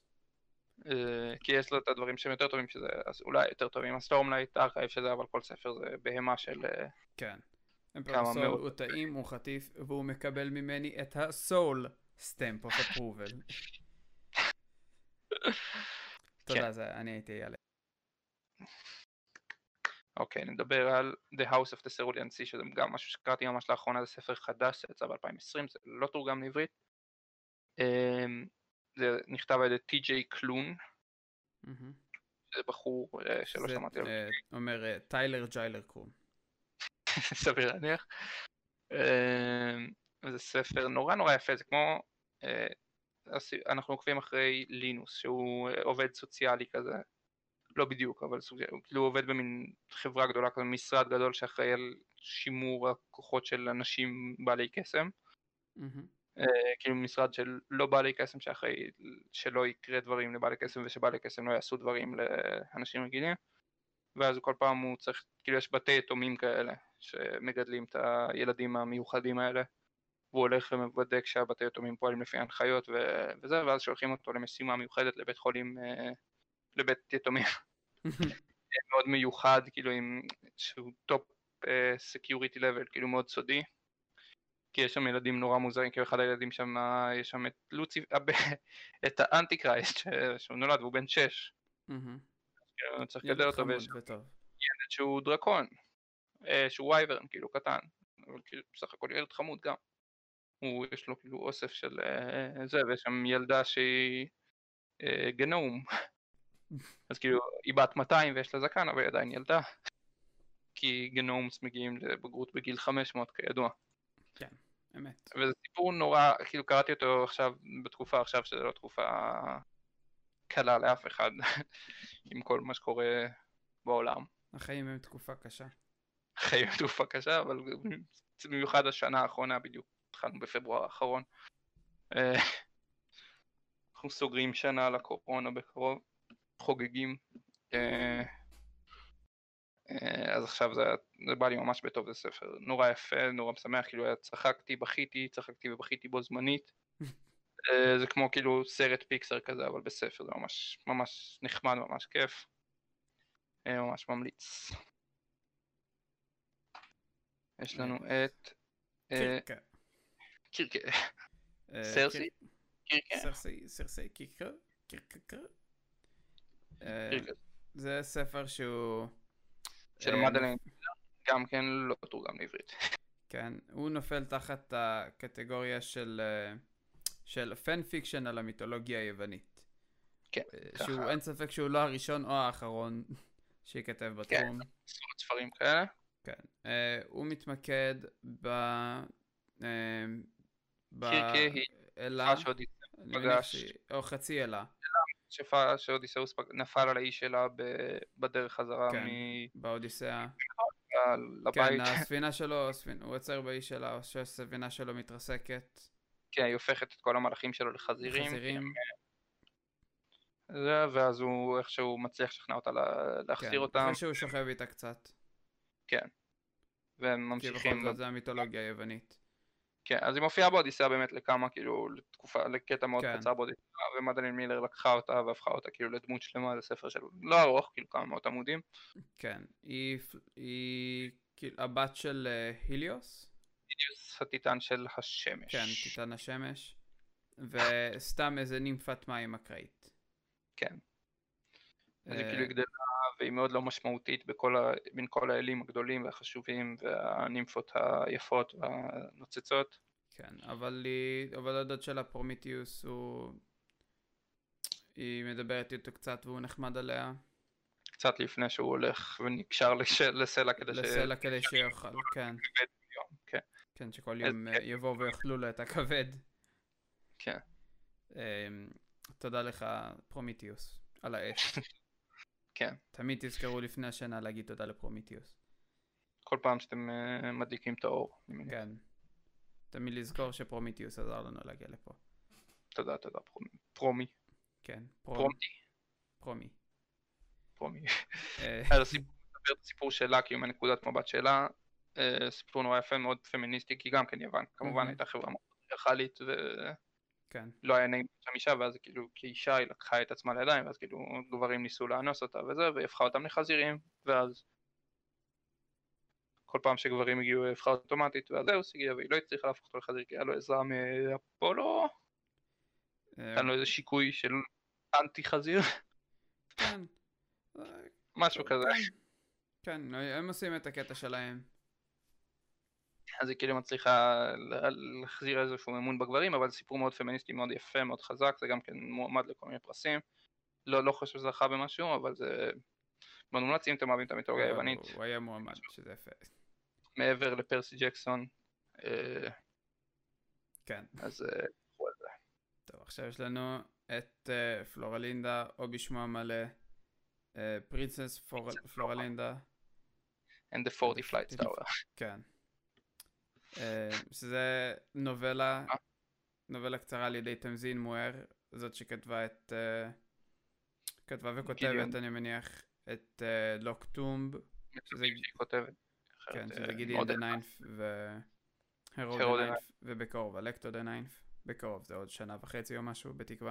כי יש לו את הדברים שהם יותר טובים שזה, אז אולי יותר טובים. הסטורמלייט, ארכייב שזה, אבל כל ספר זה בהמה של כן. כמה אמפרסול מאות. הוא טעים, הוא חטיף, והוא מקבל ממני את ה-soul stamp of approval. תודה, זה אני הייתי עליה. אוקיי, נדבר על The House of the Cerulean Sea, שזה גם משהו שקראתי ממש לאחרונה, זה ספר חדש, זה יצא ב-2020, זה לא תורגם לעברית. זה נכתב על ידי טי.ג'יי קלון, זה בחור שלא שמעתי עליו. זה אומר טיילר ג'יילר קרום. סביר להניח. זה ספר נורא נורא יפה, זה כמו, אנחנו עוקבים אחרי לינוס, שהוא עובד סוציאלי כזה, לא בדיוק, אבל הוא כאילו עובד במין חברה גדולה כזה, משרד גדול שאחראי על שימור הכוחות של אנשים בעלי קסם. כאילו משרד של לא בעלי קסם שאחראי שלא יקרה דברים לבעלי קסם ושבעלי קסם לא יעשו דברים לאנשים רגילים. ואז כל פעם הוא צריך, כאילו יש בתי יתומים כאלה שמגדלים את הילדים המיוחדים האלה, והוא הולך ומבדק שהבתי יתומים פועלים לפי ההנחיות וזה, ואז שולחים אותו למשימה מיוחדת לבית חולים, לבית יתומים מאוד מיוחד, כאילו עם שהוא טופ סקיוריטי לבל, כאילו מאוד סודי, כי יש שם ילדים נורא מוזרים, כאילו אחד הילדים שם, יש שם את לוצי, את האנטי קרייסט שהוא נולד והוא בן 6, צריך לגדל אותו, ויש ילד שהוא דרקון, שהוא וייברן, כאילו קטן, אבל כאילו בסך הכל ילד חמוד גם, יש לו כאילו אוסף של זה, ויש שם ילדה שהיא גנום, אז כאילו היא בת 200 ויש לה זקן, אבל היא עדיין ילדה, כי גנומס מגיעים לבגרות בגיל 500 כידוע. כן, אמת. וזה סיפור נורא, כאילו קראתי אותו עכשיו, בתקופה עכשיו שזו לא תקופה קלה לאף אחד, עם כל מה שקורה בעולם. החיים הם תקופה קשה. החיים הם תקופה קשה, אבל במיוחד השנה האחרונה, בדיוק התחלנו בפברואר האחרון. אנחנו סוגרים שנה לקורונה בקרוב, חוגגים. אז עכשיו זה בא לי ממש בטוב, זה ספר נורא יפה, נורא משמח, כאילו צחקתי ובכיתי בו זמנית. זה כמו כאילו סרט פיקסר כזה, אבל בספר זה ממש ממש נחמד, ממש כיף, ממש ממליץ. יש לנו את קירקה. סרסי? סרסי קירקה. זה ספר שהוא של מדלין, גם כן לא תורגם לעברית. כן, הוא נופל תחת הקטגוריה של פן פיקשן על המיתולוגיה היוונית. כן, שהוא אין ספק שהוא לא הראשון או האחרון שיכתב בתחום. כן, עשרות ספרים כאלה. כן, הוא מתמקד קירקה היא אלה, פגש, או חצי אלה. שאודיסאוס נפל על האיש שלה בדרך חזרה באודיסאה. לבית. כן, הספינה שלו, הוא עצר באיש שלה, שהספינה שלו מתרסקת. כן, היא הופכת את כל המלאכים שלו לחזירים. ואז הוא איכשהו מצליח לשכנע אותה להחזיר אותם. אחרי שהוא שוכב איתה קצת. כן. והם ממשיכים. כי בכל זאת זה המיתולוגיה היוונית. כן, אז היא מופיעה באודיסאה באמת לכמה, כאילו, לקטע מאוד קצר באודיסאה, ומדלין מילר לקחה אותה והפכה אותה כאילו לדמות שלמה, זה ספר שלו לא ארוך, כאילו כמה מאות עמודים. כן, היא הבת של היליוס? היליוס, הטיטן של השמש. כן, טיטן השמש, וסתם איזה נימפת מים אקראית. כן. אז היא כאילו גדלה, והיא מאוד לא משמעותית בין כל האלים הגדולים והחשובים והנימפות היפות והנוצצות. כן, אבל הדוד שלה פרומיטיוס היא מדברת איתו קצת והוא נחמד עליה. קצת לפני שהוא הולך ונקשר לסלע כדי שיוכל, כן. כן, שכל יום יבוא ויאכלו לו את הכבד. כן. תודה לך פרומיטיוס על האש. כן. תמיד תזכרו לפני השינה להגיד תודה לפרומיטיוס. כל פעם שאתם מדליקים את האור. כן. תמיד לזכור שפרומיטיוס עזר לנו להגיע לפה. תודה, פרומי. כן, פרומי. פרומי. אז הסיפור מספר את הסיפור שלה, כאילו מהנקודת מבט שלה, סיפור נורא יפה, מאוד פמיניסטי, כי גם כן יוון, כמובן הייתה חברה מאוד ריאלית, כן. ולא היה נעים שם אישה, ואז כאילו כאישה היא לקחה את עצמה לידיים, ואז כאילו גברים ניסו לאנוס אותה וזה, והיא הפכה אותם לחזירים, ואז כל פעם שגברים הגיעו היא הפכה אוטומטית, ואז זהו, הגיע, והיא לא הצליחה להפוך אותו לחזיר, כי היה לו עזרה מאפולו, נתן לו איזה שיקוי של אנטי חזיר, כן. משהו כזה. כן, הם עושים את הקטע שלהם. אז היא כאילו מצליחה להחזיר איזשהו אמון בגברים, אבל זה סיפור מאוד פמיניסטי, מאוד יפה, מאוד חזק, זה גם כן מועמד לכל מיני פרסים. לא חושב שזה זכה במשהו, אבל זה מאוד מומלץ אם אתם אוהבים את המיתולוגיה היוונית. הוא היה מועמד, שזה יפה. מעבר לפרסי ג'קסון. כן. אז הוא על זה. טוב, עכשיו יש לנו את פלורלינדה, או בשמו המלא, פרינסס פלורלינדה. And the 40 Flights Tower. כן. שזה נובלה קצרה על ידי תמזין מואר, זאת שכתבה כתבה וכותבת, אני מניח, את לוקטומב. שהיא כותבת. כן, שזה גידיאן דה ניינף והרוד דה ניינף, ובקרוב אלקטו דה ניינף. בקרוב, זה עוד שנה וחצי או משהו, בתקווה.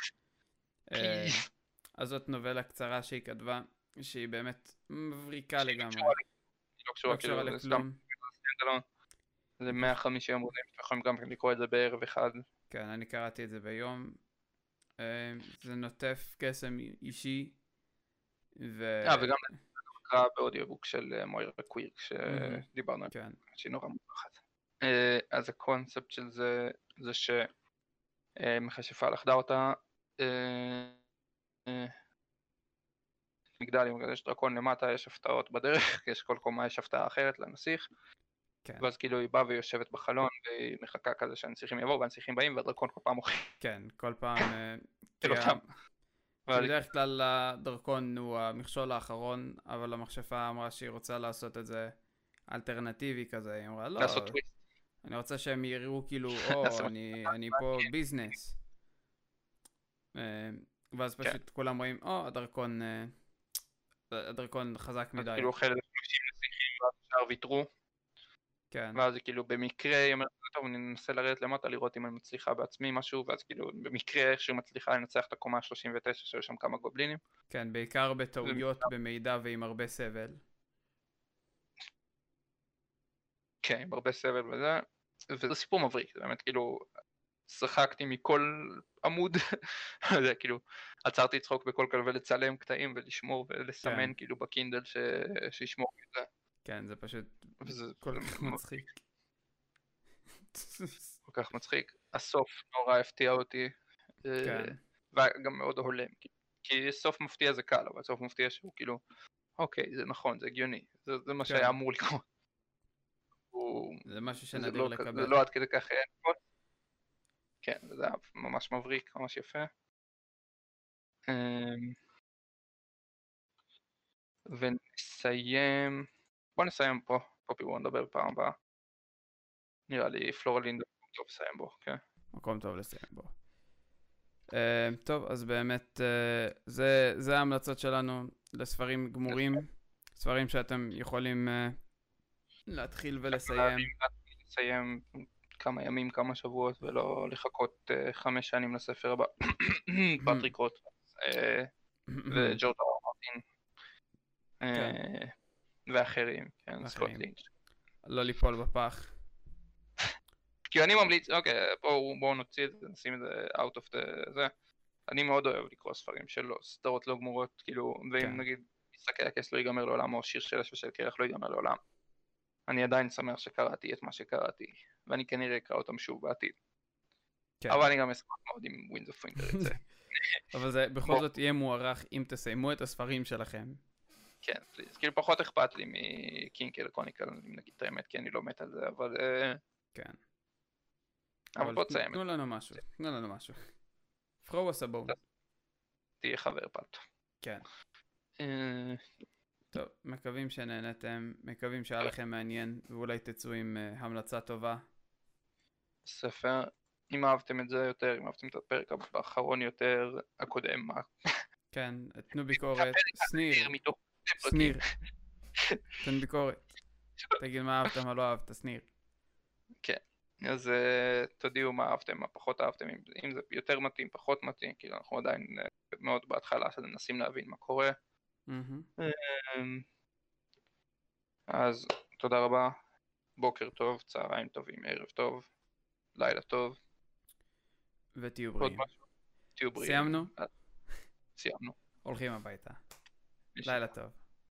אז זאת נובלה קצרה שהיא כתבה, שהיא באמת מבריקה לגמרי. לא קשורה לכלום. זה 150 עמודים, שאתם יכולים גם לקרוא את זה בערב אחד. כן, אני קראתי את זה ביום. זה נוטף קסם אישי. וגם קרא באודיובוק של מוירה קווירק, שדיברנו עליה, שהיא נורא מוכחת. אז הקונספט של זה שמכשפה לחדה אותה, מגדלים, יש דרקון למטה, יש הפתעות בדרך, יש כל קומה יש הפתעה אחרת לנסיך, ואז כאילו היא באה ויושבת בחלון, והיא מחכה כזה שהנסיכים יבואו, והנסיכים באים, והדרקון כל פעם מוכיח. כן, כל פעם, בדרך כלל הדרקון הוא המכשול האחרון, אבל המכשפה אמרה שהיא רוצה לעשות את זה אלטרנטיבי כזה, היא אמרה, לא, אני רוצה שהם יראו כאילו, אני פה ביזנס. ואז פשוט כולם רואים, הדרקון חזק מדי. כאילו אוכל 50 נסיכים, ואז אפשר ויתרו. כן. ואז כאילו במקרה היא אומרת, טוב, אני אנסה לרדת למטה לראות אם אני מצליחה בעצמי משהו, ואז כאילו במקרה איכשהו מצליחה לנצח את הקומה ה-39 שהיו שם כמה גובלינים. כן, בעיקר בטעויות, במידע ועם הרבה סבל. כן, עם הרבה סבל וזה, וזה סיפור מבריק, זה באמת כאילו, שחקתי מכל עמוד, זה כאילו, עצרתי לצחוק בכל כלבה לצלם קטעים ולשמור ולסמן כאילו בקינדל שישמור את זה. כן, זה פשוט כל כך מצחיק. כל כך מצחיק. הסוף נורא הפתיע אותי, וגם מאוד הולם, כי סוף מפתיע זה קל, אבל סוף מפתיע שהוא כאילו, אוקיי, זה נכון, זה הגיוני, זה מה שהיה אמור לקרות. זה משהו שנדיר לקבל. זה לא עד כדי כך אין. כן, זה היה ממש מבריק, ממש יפה. ונסיים, בוא נסיים פה, פופי בוא נדבר פעם הבאה. נראה לי פלורלינדה מקום טוב לסיים בו, כן? מקום טוב לסיים בו. טוב, אז באמת זה ההמלצות שלנו לספרים גמורים, ספרים שאתם יכולים להתחיל ולסיים. לסיים כמה ימים, כמה שבועות, ולא לחכות 5 שנים לספר הבא. פטריק רוט וג'ורג' מרטין ואחרים, כן, סקוט לינץ'. לא ליפול בפח. כי אני ממליץ, אוקיי, בואו נוציא את זה, נשים את זה out of the זה. אני מאוד אוהב לקרוא ספרים שלו, סדרות לא גמורות, כאילו, ואם נגיד משחקי הכס לא ייגמר לעולם, או שיר של אש ושל קרח לא ייגמר לעולם. אני עדיין שמח שקראתי את מה שקראתי, ואני כנראה אקרא אותם שוב בעתיד. אבל אני גם אשמח מאוד עם Winds of Winter את זה. אבל זה בכל זאת יהיה מוערך אם תסיימו את הספרים שלכם. כן, פליז. כאילו פחות אכפת לי מקינקל קוניקל, אם נגיד את האמת, כי אני לא מת על זה, אבל... כן. אבל בוא תסיים. תנו לנו משהו. פרו הסבון. תהיה חבר פלטו. כן. טוב, מקווים שנהנתם, מקווים שהיה לכם מעניין, ואולי תצאו עם המלצה טובה. ספר, אם אהבתם את זה יותר, אם אהבתם את הפרק האחרון יותר, הקודם, כן, תנו ביקורת, שניר, תן ביקורת. תגיד מה אהבת, מה לא אהבת, שניר. כן. אז תודיעו מה אהבתם, מה פחות אהבתם, אם זה יותר מתאים, פחות מתאים, כאילו אנחנו עדיין מאוד בהתחלה, אז מנסים להבין מה קורה. אז תודה רבה, בוקר טוב, צהריים טובים, ערב טוב, לילה טוב. ותהיו עוד בריאים. משהו? תהיו בריאים. סיימנו? סיימנו. הולכים הביתה. לילה טוב.